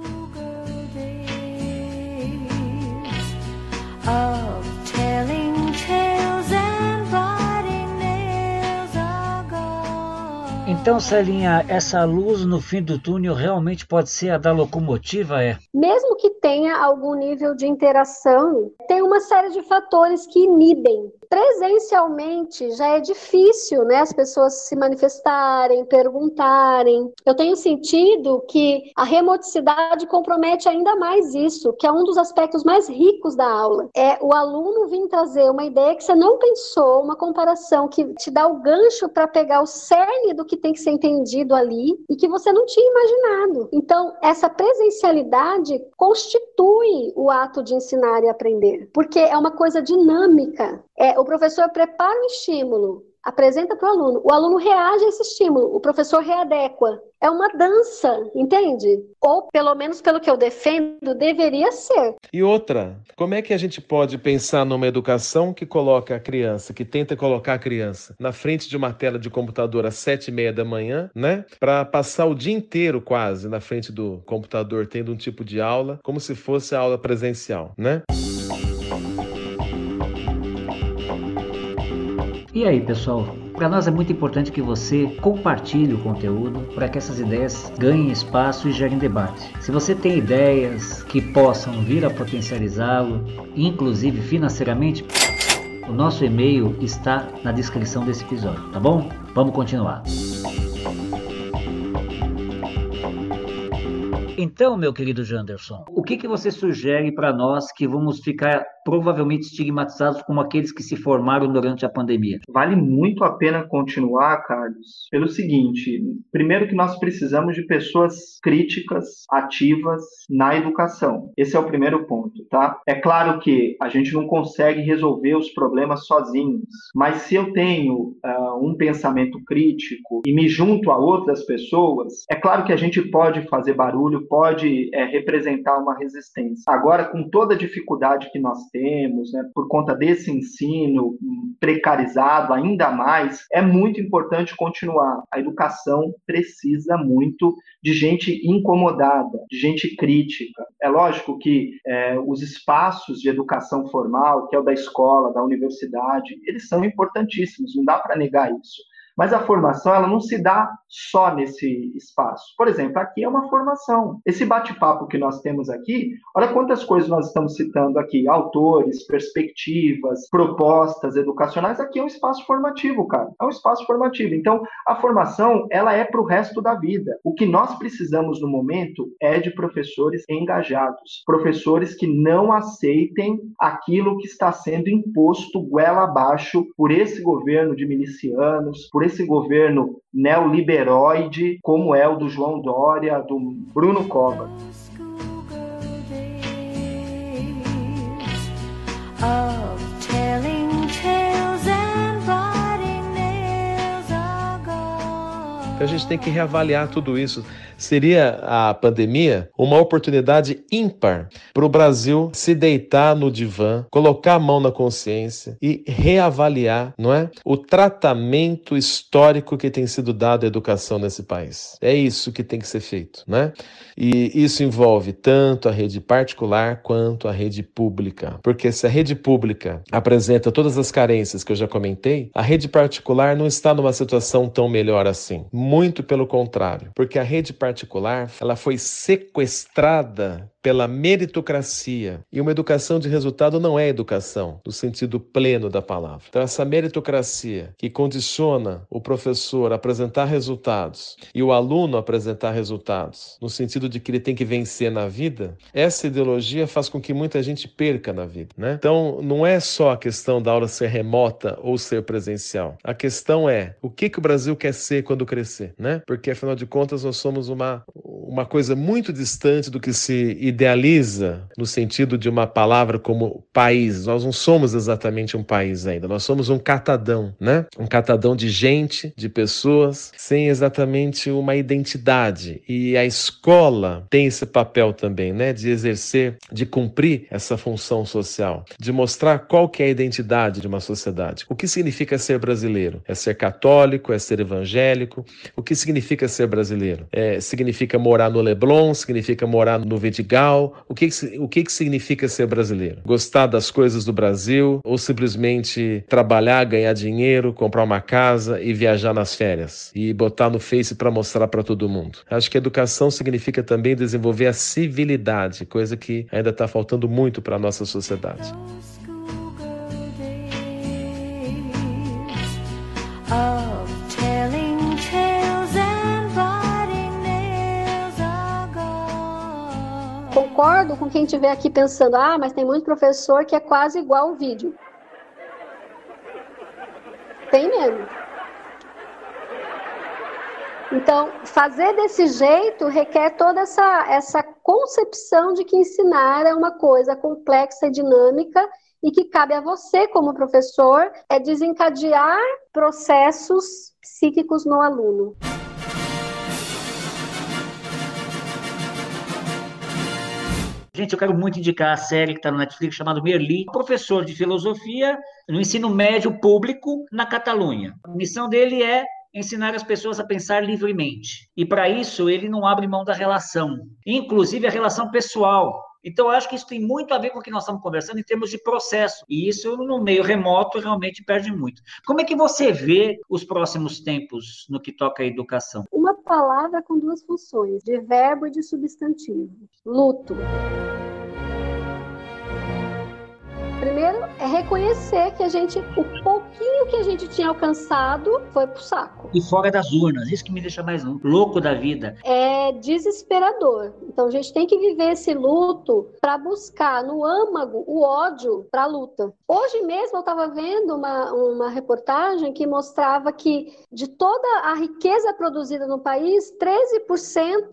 Então, Celinha, essa luz no fim do túnel realmente pode ser a da locomotiva, Mesmo que tenha algum nível de interação, tem uma série de fatores que inibem. Presencialmente já é difícil, né, as pessoas se manifestarem, perguntarem. Eu tenho sentido que a remoticidade compromete ainda mais isso, que é um dos aspectos mais ricos da aula. É o aluno vir trazer uma ideia que você não pensou, uma comparação que te dá o gancho para pegar o cerne do que tem que ser entendido ali e que você não tinha imaginado. Então, essa presencialidade constitui o ato de ensinar e aprender, porque é uma coisa dinâmica. O professor prepara um estímulo, apresenta para o aluno reage a esse estímulo, o professor readequa. É uma dança, entende? Ou, pelo menos pelo que eu defendo, deveria ser. E outra, como é que a gente pode pensar numa educação que coloca a criança, que tenta colocar a criança na frente de uma tela de computador às 7h30 da manhã, né? Para passar o dia inteiro quase na frente do computador, tendo um tipo de aula, como se fosse a aula presencial, né? E aí, pessoal? Para nós é muito importante que você compartilhe o conteúdo para que essas ideias ganhem espaço e gerem debate. Se você tem ideias que possam vir a potencializá-lo, inclusive financeiramente, o nosso e-mail está na descrição desse episódio, tá bom? Vamos continuar. Então, meu querido Janderson, o que você sugere para nós que vamos ficar provavelmente estigmatizados como aqueles que se formaram durante a pandemia? Vale muito a pena continuar, Carlos, pelo seguinte: primeiro que nós precisamos de pessoas críticas, ativas na educação. Esse é o primeiro ponto, tá? É claro que a gente não consegue resolver os problemas sozinhos, mas se eu tenho um pensamento crítico e me junto a outras pessoas, é claro que a gente pode fazer barulho, pode representar uma resistência. Agora, com toda a dificuldade que nós temos, né, por conta desse ensino precarizado ainda mais, é muito importante continuar. A educação precisa muito de gente incomodada, de gente crítica. É lógico que os espaços de educação formal, que é o da escola, da universidade, eles são importantíssimos, não dá para negar isso. Mas a formação, ela não se dá só nesse espaço. Por exemplo, aqui é uma formação. Esse bate-papo que nós temos aqui, olha quantas coisas nós estamos citando aqui. Autores, perspectivas, propostas educacionais. Aqui é um espaço formativo, cara. É um espaço formativo. Então, a formação, ela é para o resto da vida. O que nós precisamos no momento é de professores engajados. Professores que não aceitem aquilo que está sendo imposto goela abaixo por esse governo de milicianos, por esse governo neoliberoide, como é o do João Dória, do Bruno Covas. A gente tem que reavaliar tudo isso. Seria a pandemia uma oportunidade ímpar para o Brasil se deitar no divã, colocar a mão na consciência e reavaliar, não é, o tratamento histórico que tem sido dado à educação nesse país. É isso que tem que ser feito, né? E isso envolve tanto a rede particular quanto a rede pública. Porque se a rede pública apresenta todas as carências que eu já comentei, a rede particular não está numa situação tão melhor assim. Muito pelo contrário. Porque a rede particular, ela foi sequestrada pela meritocracia. E uma educação de resultado não é educação, no sentido pleno da palavra. Então, essa meritocracia que condiciona o professor a apresentar resultados e o aluno a apresentar resultados, no sentido de que ele tem que vencer na vida, essa ideologia faz com que muita gente perca na vida, né? Então, não é só a questão da aula ser remota ou ser presencial. A questão é o que o Brasil quer ser quando crescer, né? Porque, afinal de contas, nós somos uma coisa muito distante do que se idealiza no sentido de uma palavra como país. Nós não somos exatamente um país ainda, nós somos um catadão, né? Um catadão de gente, de pessoas, sem exatamente uma identidade. E a escola tem esse papel também, né? De exercer, de cumprir essa função social, de mostrar qual que é a identidade de uma sociedade. O que significa ser brasileiro? É ser católico, é ser evangélico. O que significa ser brasileiro? Significa morar no Leblon, significa morar no Vidigal. O que significa ser brasileiro? Gostar das coisas do Brasil ou simplesmente trabalhar, ganhar dinheiro, comprar uma casa e viajar nas férias e botar no Face para mostrar para todo mundo? Acho que educação significa também desenvolver a civilidade, coisa que ainda está faltando muito para a nossa sociedade. Concordo com quem estiver aqui pensando, mas tem muito professor que é quase igual ao vídeo. Tem mesmo. Então, fazer desse jeito requer toda essa concepção de que ensinar é uma coisa complexa e dinâmica e que cabe a você, como professor, desencadear processos psíquicos no aluno. Gente, eu quero muito indicar a série que está no Netflix chamada Merli, professor de filosofia no ensino médio público na Catalunha. A missão dele é ensinar as pessoas a pensar livremente. E para isso ele não abre mão da relação, inclusive a relação pessoal. Então, eu acho que isso tem muito a ver com o que nós estamos conversando em termos de processo. E isso, no meio remoto, realmente perde muito. Como é que você vê os próximos tempos no que toca à educação? Uma palavra com duas funções, de verbo e de substantivo. Luto. Primeiro, é reconhecer que o pouquinho que a gente tinha alcançado foi pro saco. E fora das urnas, isso que me deixa mais louco da vida. É desesperador. Então, a gente tem que viver esse luto para buscar no âmago o ódio para a luta. Hoje mesmo eu estava vendo uma reportagem que mostrava que de toda a riqueza produzida no país, 13%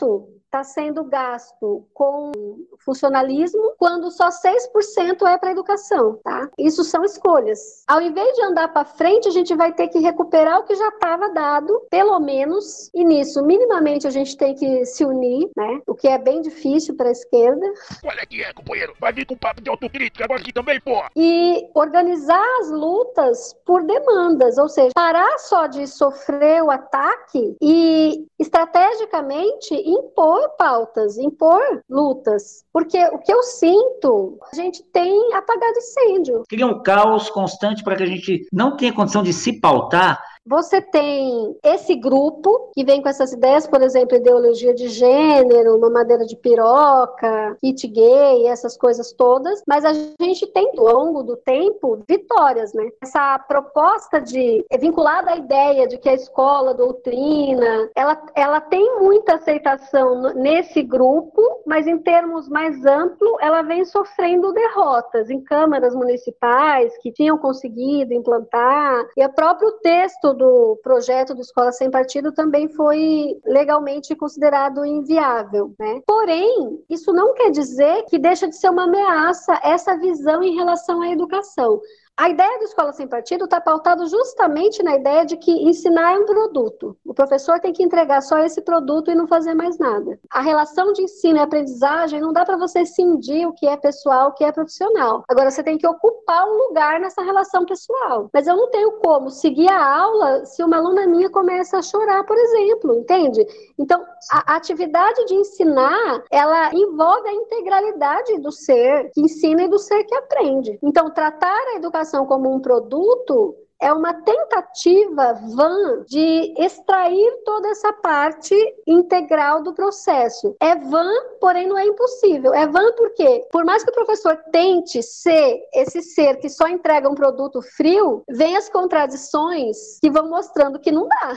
está sendo gasto com funcionalismo, quando só 6% é para educação, tá? Isso são escolhas. Ao invés de andar para frente, a gente vai ter que recuperar o que já estava dado, pelo menos, e nisso, minimamente, a gente tem que se unir, né? O que é bem difícil para a esquerda. Olha aqui, companheiro. Vai vir com papo de autocrítica agora aqui também, porra. E organizar as lutas por demandas, ou seja, parar só de sofrer o ataque e estrategicamente impor pautas, impor lutas. Porque o que eu sinto, a gente tem apagado incêndio. Cria um caos constante para que a gente não tenha condição de se pautar. Você tem esse grupo que vem com essas ideias, por exemplo, ideologia de gênero, mamadeira de piroca, kit gay, essas coisas todas, mas a gente tem, ao longo do tempo, vitórias, né? Essa proposta vinculada à ideia de que a escola, a doutrina, ela tem muita aceitação nesse grupo, mas em termos mais amplos, ela vem sofrendo derrotas em câmaras municipais que tinham conseguido implantar, e o próprio texto do projeto do Escola Sem Partido também foi legalmente considerado inviável, né? Porém, isso não quer dizer que deixa de ser uma ameaça essa visão em relação à educação. A ideia do Escola Sem Partido está pautada justamente na ideia de que ensinar é um produto. O professor tem que entregar só esse produto e não fazer mais nada. A relação de ensino e aprendizagem não dá para você cindir o que é pessoal, o que é profissional. Agora, você tem que ocupar um lugar nessa relação pessoal. Mas eu não tenho como seguir a aula se uma aluna minha começa a chorar, por exemplo, entende? Então, a atividade de ensinar, ela envolve a integralidade do ser que ensina e do ser que aprende. Então, tratar a educação como um produto é uma tentativa vã de extrair toda essa parte integral do processo. É vã, porém não é impossível. É vã porque, por mais que o professor tente ser esse ser que só entrega um produto frio, vem as contradições que vão mostrando que não dá.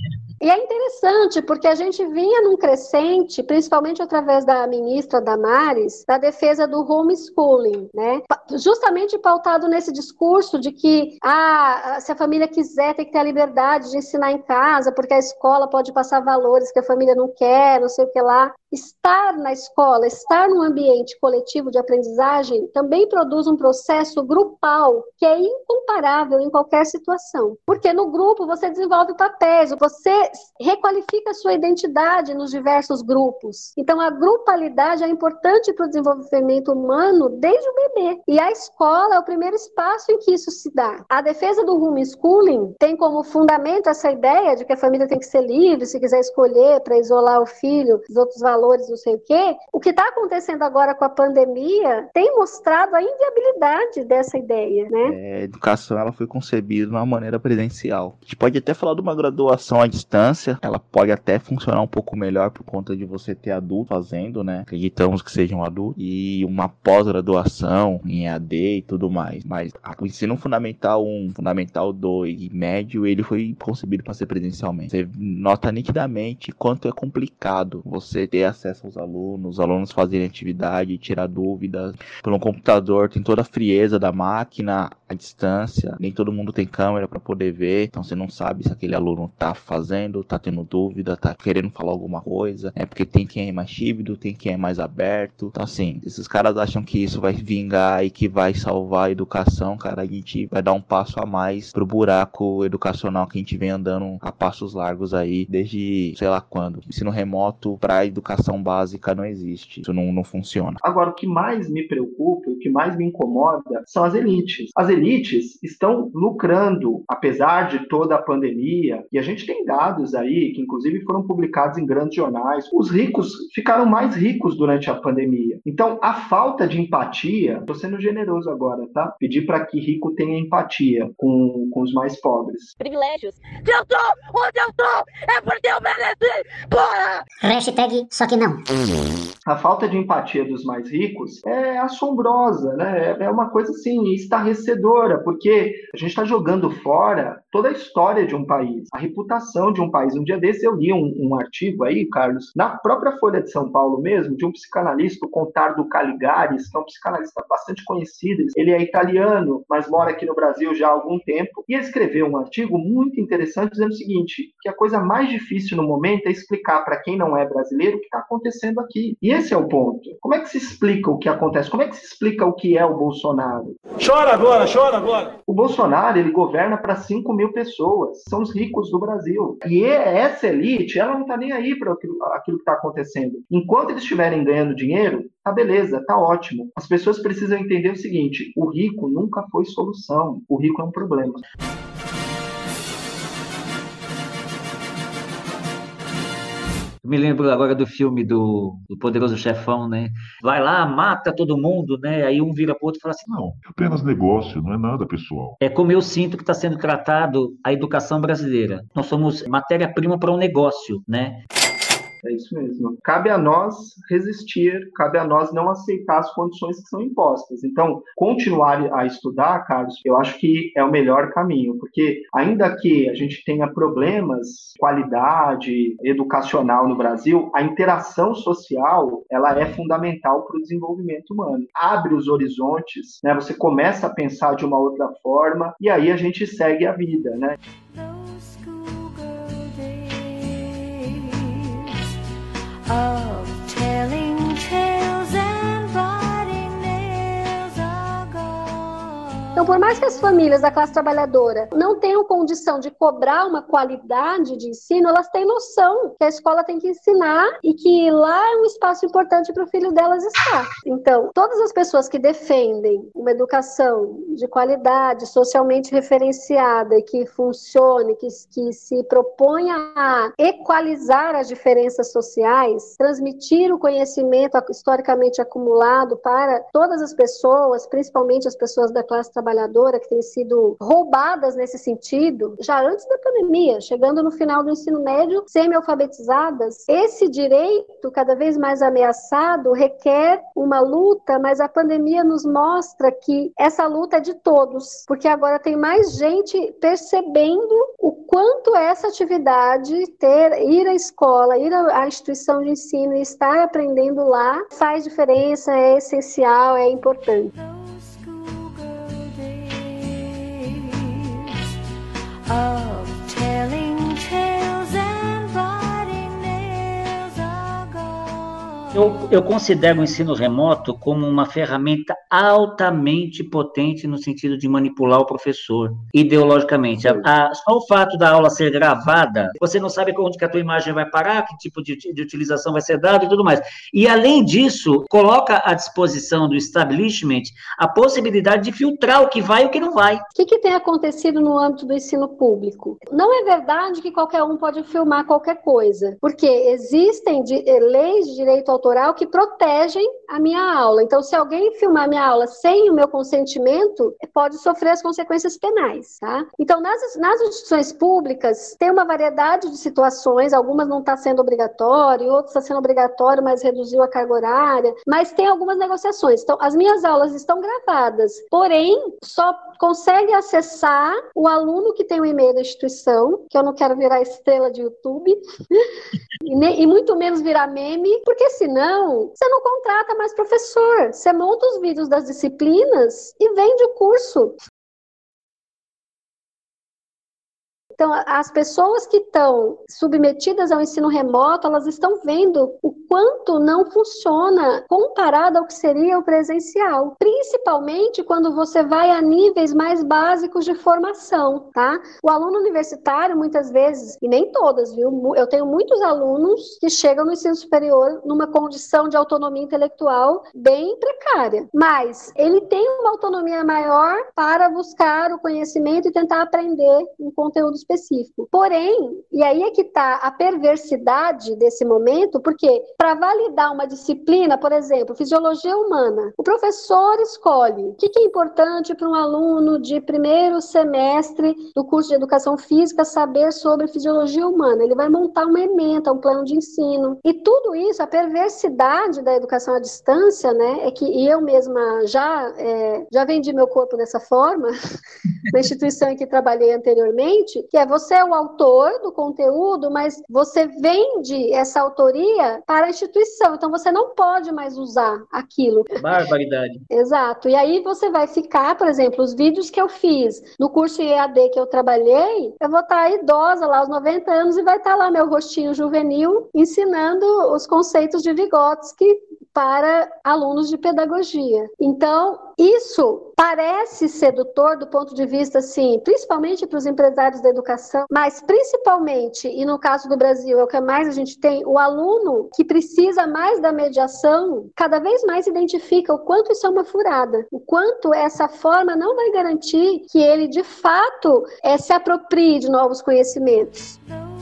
E é interessante porque a gente vinha num crescente, principalmente através da ministra Damares, da defesa do homeschooling, né? Justamente pautado nesse discurso de que se a família quiser, tem que ter a liberdade de ensinar em casa, porque a escola pode passar valores que a família não quer, não sei o que lá. Estar na escola, estar num ambiente coletivo de aprendizagem também produz um processo grupal que é incomparável em qualquer situação. Porque no grupo você desenvolve papéis, você requalifica a sua identidade nos diversos grupos. Então a grupalidade é importante para o desenvolvimento humano desde o bebê. E a escola é o primeiro espaço em que isso se dá. A defesa do homeschooling tem como fundamento essa ideia de que a família tem que ser livre, se quiser escolher para isolar o filho dos outros valores, não sei o quê. O que está acontecendo agora com a pandemia tem mostrado a inviabilidade dessa ideia, né? A educação ela foi concebida de uma maneira presencial. A gente pode até falar de uma graduação à distância, ela pode até funcionar um pouco melhor por conta de você ter adulto fazendo, né? Acreditamos que sejam adultos, e uma pós-graduação em EAD e tudo mais. Mas o ensino fundamental 1, fundamental 2 e médio, ele foi concebido para ser presencialmente. Você nota nitidamente quanto é complicado você ter acesso aos alunos, os alunos fazerem atividade, tirar dúvidas. Pelo computador tem toda a frieza da máquina à distância, nem todo mundo tem câmera para poder ver, então você não sabe se aquele aluno tá fazendo, tá tendo dúvida, tá querendo falar alguma coisa, porque tem quem é mais tímido, tem quem é mais aberto. Então assim, esses caras acham que isso vai vingar e que vai salvar a educação, cara, a gente vai dar um passo a mais pro buraco educacional que a gente vem andando a passos largos aí desde sei lá quando. Ensino remoto para educação básica não existe, isso não funciona. Agora, o que mais me preocupa, o que mais me incomoda são as elites. As elites estão lucrando, apesar de toda a pandemia, e a gente tem dados aí, que inclusive foram publicados em grandes jornais. Os ricos ficaram mais ricos durante a pandemia. Então, a falta de empatia, tô sendo generoso agora, tá? Pedir para que rico tenha empatia com os mais pobres. Privilégios. Se eu tô onde eu tô, é porque eu mereci, porra! Hashtag só que não. A falta de empatia dos mais ricos é assombrosa, né? É uma coisa assim, estarrecedora, porque a gente está jogando fora toda a história de um país, a reputação de um país. Um dia desse eu li um artigo aí, Carlos, na própria Folha de São Paulo mesmo, de um psicanalista, o Contardo Caligares, que é um psicanalista bastante conhecido. Ele é italiano, mas mora aqui no Brasil já há algum tempo, e ele escreveu um artigo muito interessante dizendo o seguinte, que a coisa mais difícil no momento é explicar para quem não é brasileiro o que está acontecendo aqui. E esse é o ponto. Como é que se explica o que acontece? Como é que se explica o que é o Bolsonaro? Chora agora, chora agora. O Bolsonaro, ele governa para 5 mil pessoas. São os ricos do Brasil. E essa elite, ela não está nem aí para aquilo que está acontecendo. Enquanto eles estiverem ganhando dinheiro, tá beleza, tá ótimo. As pessoas precisam entender o seguinte, o rico nunca foi solução. O rico é um problema. Me lembro agora do filme do Poderoso Chefão, né? Vai lá, mata todo mundo, né? Aí um vira pro outro e fala assim, não, é apenas negócio, não é nada pessoal. É como eu sinto que está sendo tratado a educação brasileira. Nós somos matéria-prima para um negócio, né? É isso mesmo. Cabe a nós resistir, cabe a nós não aceitar as condições que são impostas. Então, continuar a estudar, Carlos, eu acho que é o melhor caminho, porque ainda que a gente tenha problemas de qualidade educacional no Brasil, a interação social, ela é fundamental para o desenvolvimento humano. Abre os horizontes, né? Você começa a pensar de uma outra forma e aí a gente segue a vida, né? Of telling tales and biting nails are gone. Então, por mais que as famílias da classe trabalhadora não tenham condição de cobrar uma qualidade de ensino, elas têm noção que a escola tem que ensinar e que lá é um espaço importante para o filho delas estar. Então, todas as pessoas que defendem uma educação de qualidade, socialmente referenciada e que funcione, que se proponha a equalizar as diferenças sociais, transmitir o conhecimento historicamente acumulado para todas as pessoas, principalmente as pessoas da classe trabalhadora que têm sido roubadas nesse sentido, já antes da pandemia, chegando no final do ensino médio, semi-alfabetizadas. Esse direito, cada vez mais ameaçado, requer uma luta, mas a pandemia nos mostra que essa luta é de todos, porque agora tem mais gente percebendo o quanto essa atividade, ir à escola, ir à instituição de ensino e estar aprendendo lá, faz diferença, é essencial, é importante. Of telling tales and biting nails are gone. Eu considero o ensino remoto como uma ferramenta altamente potente no sentido de manipular o professor, ideologicamente. Só o fato da aula ser gravada, você não sabe onde que a tua imagem vai parar, que tipo de utilização vai ser dado e tudo mais. E, além disso, coloca à disposição do establishment a possibilidade de filtrar o que vai e o que não vai. O que tem acontecido no âmbito do ensino público? Não é verdade que qualquer um pode filmar qualquer coisa, porque existem leis de direito autoral que protegem a minha aula. Então, se alguém filmar minha aula sem o meu consentimento, pode sofrer as consequências penais, tá? Então, nas instituições públicas, tem uma variedade de situações, algumas não está sendo obrigatório, outras está sendo obrigatório, mas reduziu a carga horária, mas tem algumas negociações. Então, as minhas aulas estão gravadas, porém, só consegue acessar o aluno que tem o e-mail da instituição, que eu não quero virar estrela de YouTube, e muito menos virar meme, porque senão você não contrata mais professor. Você monta os vídeos das disciplinas e vende o curso. Então, as pessoas que estão submetidas ao ensino remoto, elas estão vendo o quanto não funciona comparado ao que seria o presencial. Principalmente quando você vai a níveis mais básicos de formação, tá? O aluno universitário, muitas vezes, e nem todas, viu? Eu tenho muitos alunos que chegam no ensino superior numa condição de autonomia intelectual bem precária. Mas ele tem uma autonomia maior para buscar o conhecimento e tentar aprender em conteúdos específico. Porém, e aí é que está a perversidade desse momento, porque para validar uma disciplina, por exemplo, fisiologia humana, o professor escolhe o que é importante para um aluno de primeiro semestre do curso de educação física saber sobre fisiologia humana. Ele vai montar uma ementa, um plano de ensino. E tudo isso, a perversidade da educação à distância, né, é que eu mesma já vendi meu corpo dessa forma, na instituição em que trabalhei anteriormente, que é você é o autor do conteúdo, mas você vende essa autoria para a instituição, então você não pode mais usar aquilo. Barbaridade. Exato. E aí você vai ficar, por exemplo, os vídeos que eu fiz no curso EAD que eu trabalhei, eu vou estar idosa lá aos 90 anos e vai estar lá meu rostinho juvenil ensinando os conceitos de Vygotsky para alunos de pedagogia. Então, isso parece sedutor do ponto de vista, assim, principalmente para os empresários da educação, mas principalmente, e no caso do Brasil é o que mais a gente tem, o aluno que precisa mais da mediação, cada vez mais identifica o quanto isso é uma furada, o quanto essa forma não vai garantir que ele, de fato, se aproprie de novos conhecimentos.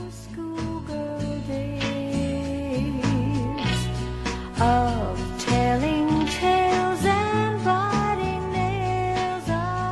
Of telling tales and biting nails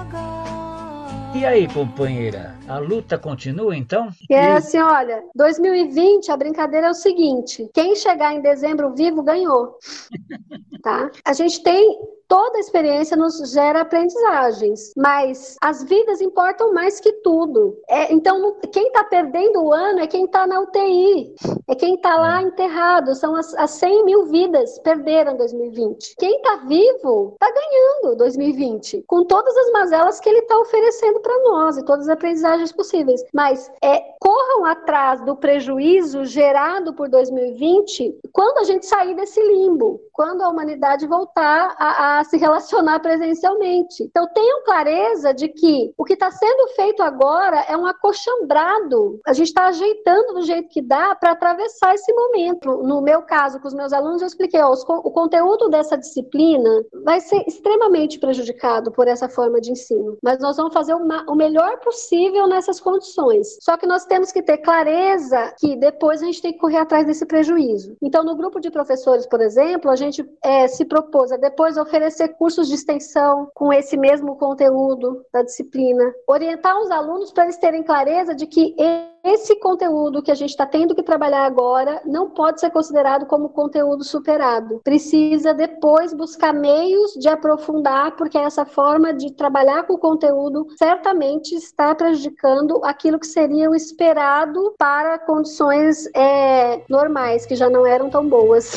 E aí, companheira, a luta continua então? É assim, olha, 2020 a brincadeira é o seguinte, quem chegar em dezembro vivo ganhou, tá? A gente tem... Toda a experiência nos gera aprendizagens, mas as vidas importam mais que tudo. Então, quem está perdendo o ano é quem está na UTI, é quem está lá enterrado. São as 100 mil vidas perderam 2020. Quem está vivo está ganhando 2020, com todas as mazelas que ele está oferecendo para nós e todas as aprendizagens possíveis. Mas corram atrás do prejuízo gerado por 2020 quando a gente sair desse limbo, quando a humanidade voltar a se relacionar presencialmente. Então tenham clareza de que o que está sendo feito agora é um acochambrado. A gente está ajeitando do jeito que dá para atravessar esse momento. No meu caso, com os meus alunos, eu expliquei, o conteúdo dessa disciplina vai ser extremamente prejudicado por essa forma de ensino, mas nós vamos fazer o melhor possível nessas condições. Só que nós temos que ter clareza que depois a gente tem que correr atrás desse prejuízo. Então, no grupo de professores, por exemplo, a gente se propôs a depois oferecer cursos de extensão com esse mesmo conteúdo da disciplina, orientar os alunos para eles terem clareza de que esse conteúdo que a gente está tendo que trabalhar agora não pode ser considerado como conteúdo superado. Precisa depois buscar meios de aprofundar, porque essa forma de trabalhar com o conteúdo certamente está prejudicando aquilo que seria o esperado para condições normais, que já não eram tão boas.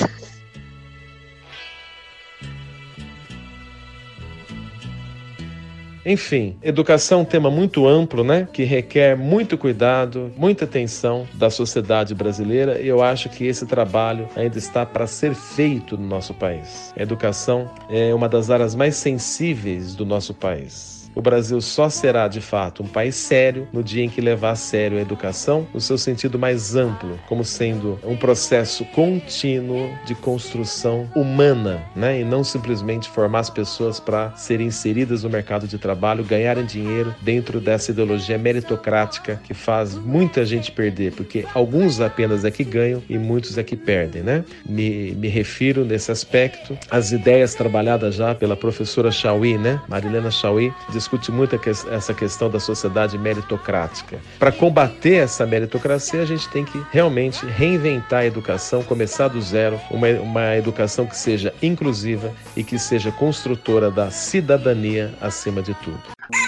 Enfim, educação é um tema muito amplo, né? Que requer muito cuidado, muita atenção da sociedade brasileira, e eu acho que esse trabalho ainda está para ser feito no nosso país. A educação é uma das áreas mais sensíveis do nosso país. O Brasil só será, de fato, um país sério no dia em que levar a sério a educação no seu sentido mais amplo, como sendo um processo contínuo de construção humana, né? E não simplesmente formar as pessoas para serem inseridas no mercado de trabalho, ganharem dinheiro dentro dessa ideologia meritocrática que faz muita gente perder, porque alguns apenas é que ganham e muitos é que perdem, né? Me refiro nesse aspecto às ideias trabalhadas já pela professora Chauí, né? Marilena Chauí, discute muito essa questão da sociedade meritocrática. Para combater essa meritocracia, a gente tem que realmente reinventar a educação, começar do zero, uma educação que seja inclusiva e que seja construtora da cidadania acima de tudo.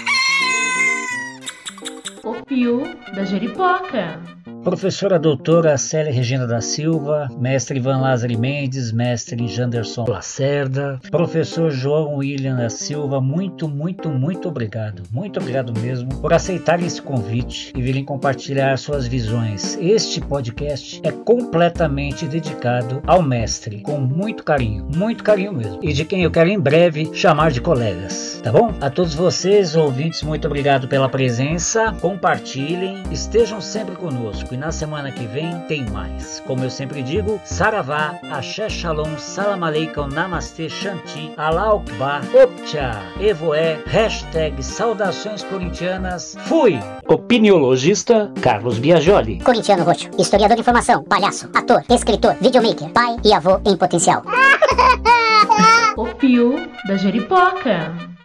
O Pio da Jeripoca. Professora doutora Célia Regina da Silva, mestre Ivan Lázaro Mendes, mestre Janderson Lacerda, professor João William da Silva, muito obrigado. Muito obrigado mesmo por aceitarem esse convite e virem compartilhar suas visões. Este podcast é completamente dedicado ao mestre, com muito carinho mesmo, e de quem eu quero em breve chamar de colegas, tá bom? A todos vocês, ouvintes, muito obrigado pela presença, compartilhem, estejam sempre conosco. público. E na semana que vem tem mais. Como eu sempre digo, Saravá, Axé Shalom, Salam Aleikum, Namastê, Shanti, Allah Akbar, Optcha, Evoé, hashtag Saudações Corintianas. Fui! Opiniologista Carlos Biagioli. Corintiano roxo, historiador de informação, palhaço, ator, escritor, videomaker, pai e avô em potencial. O Pio da Jeripoca.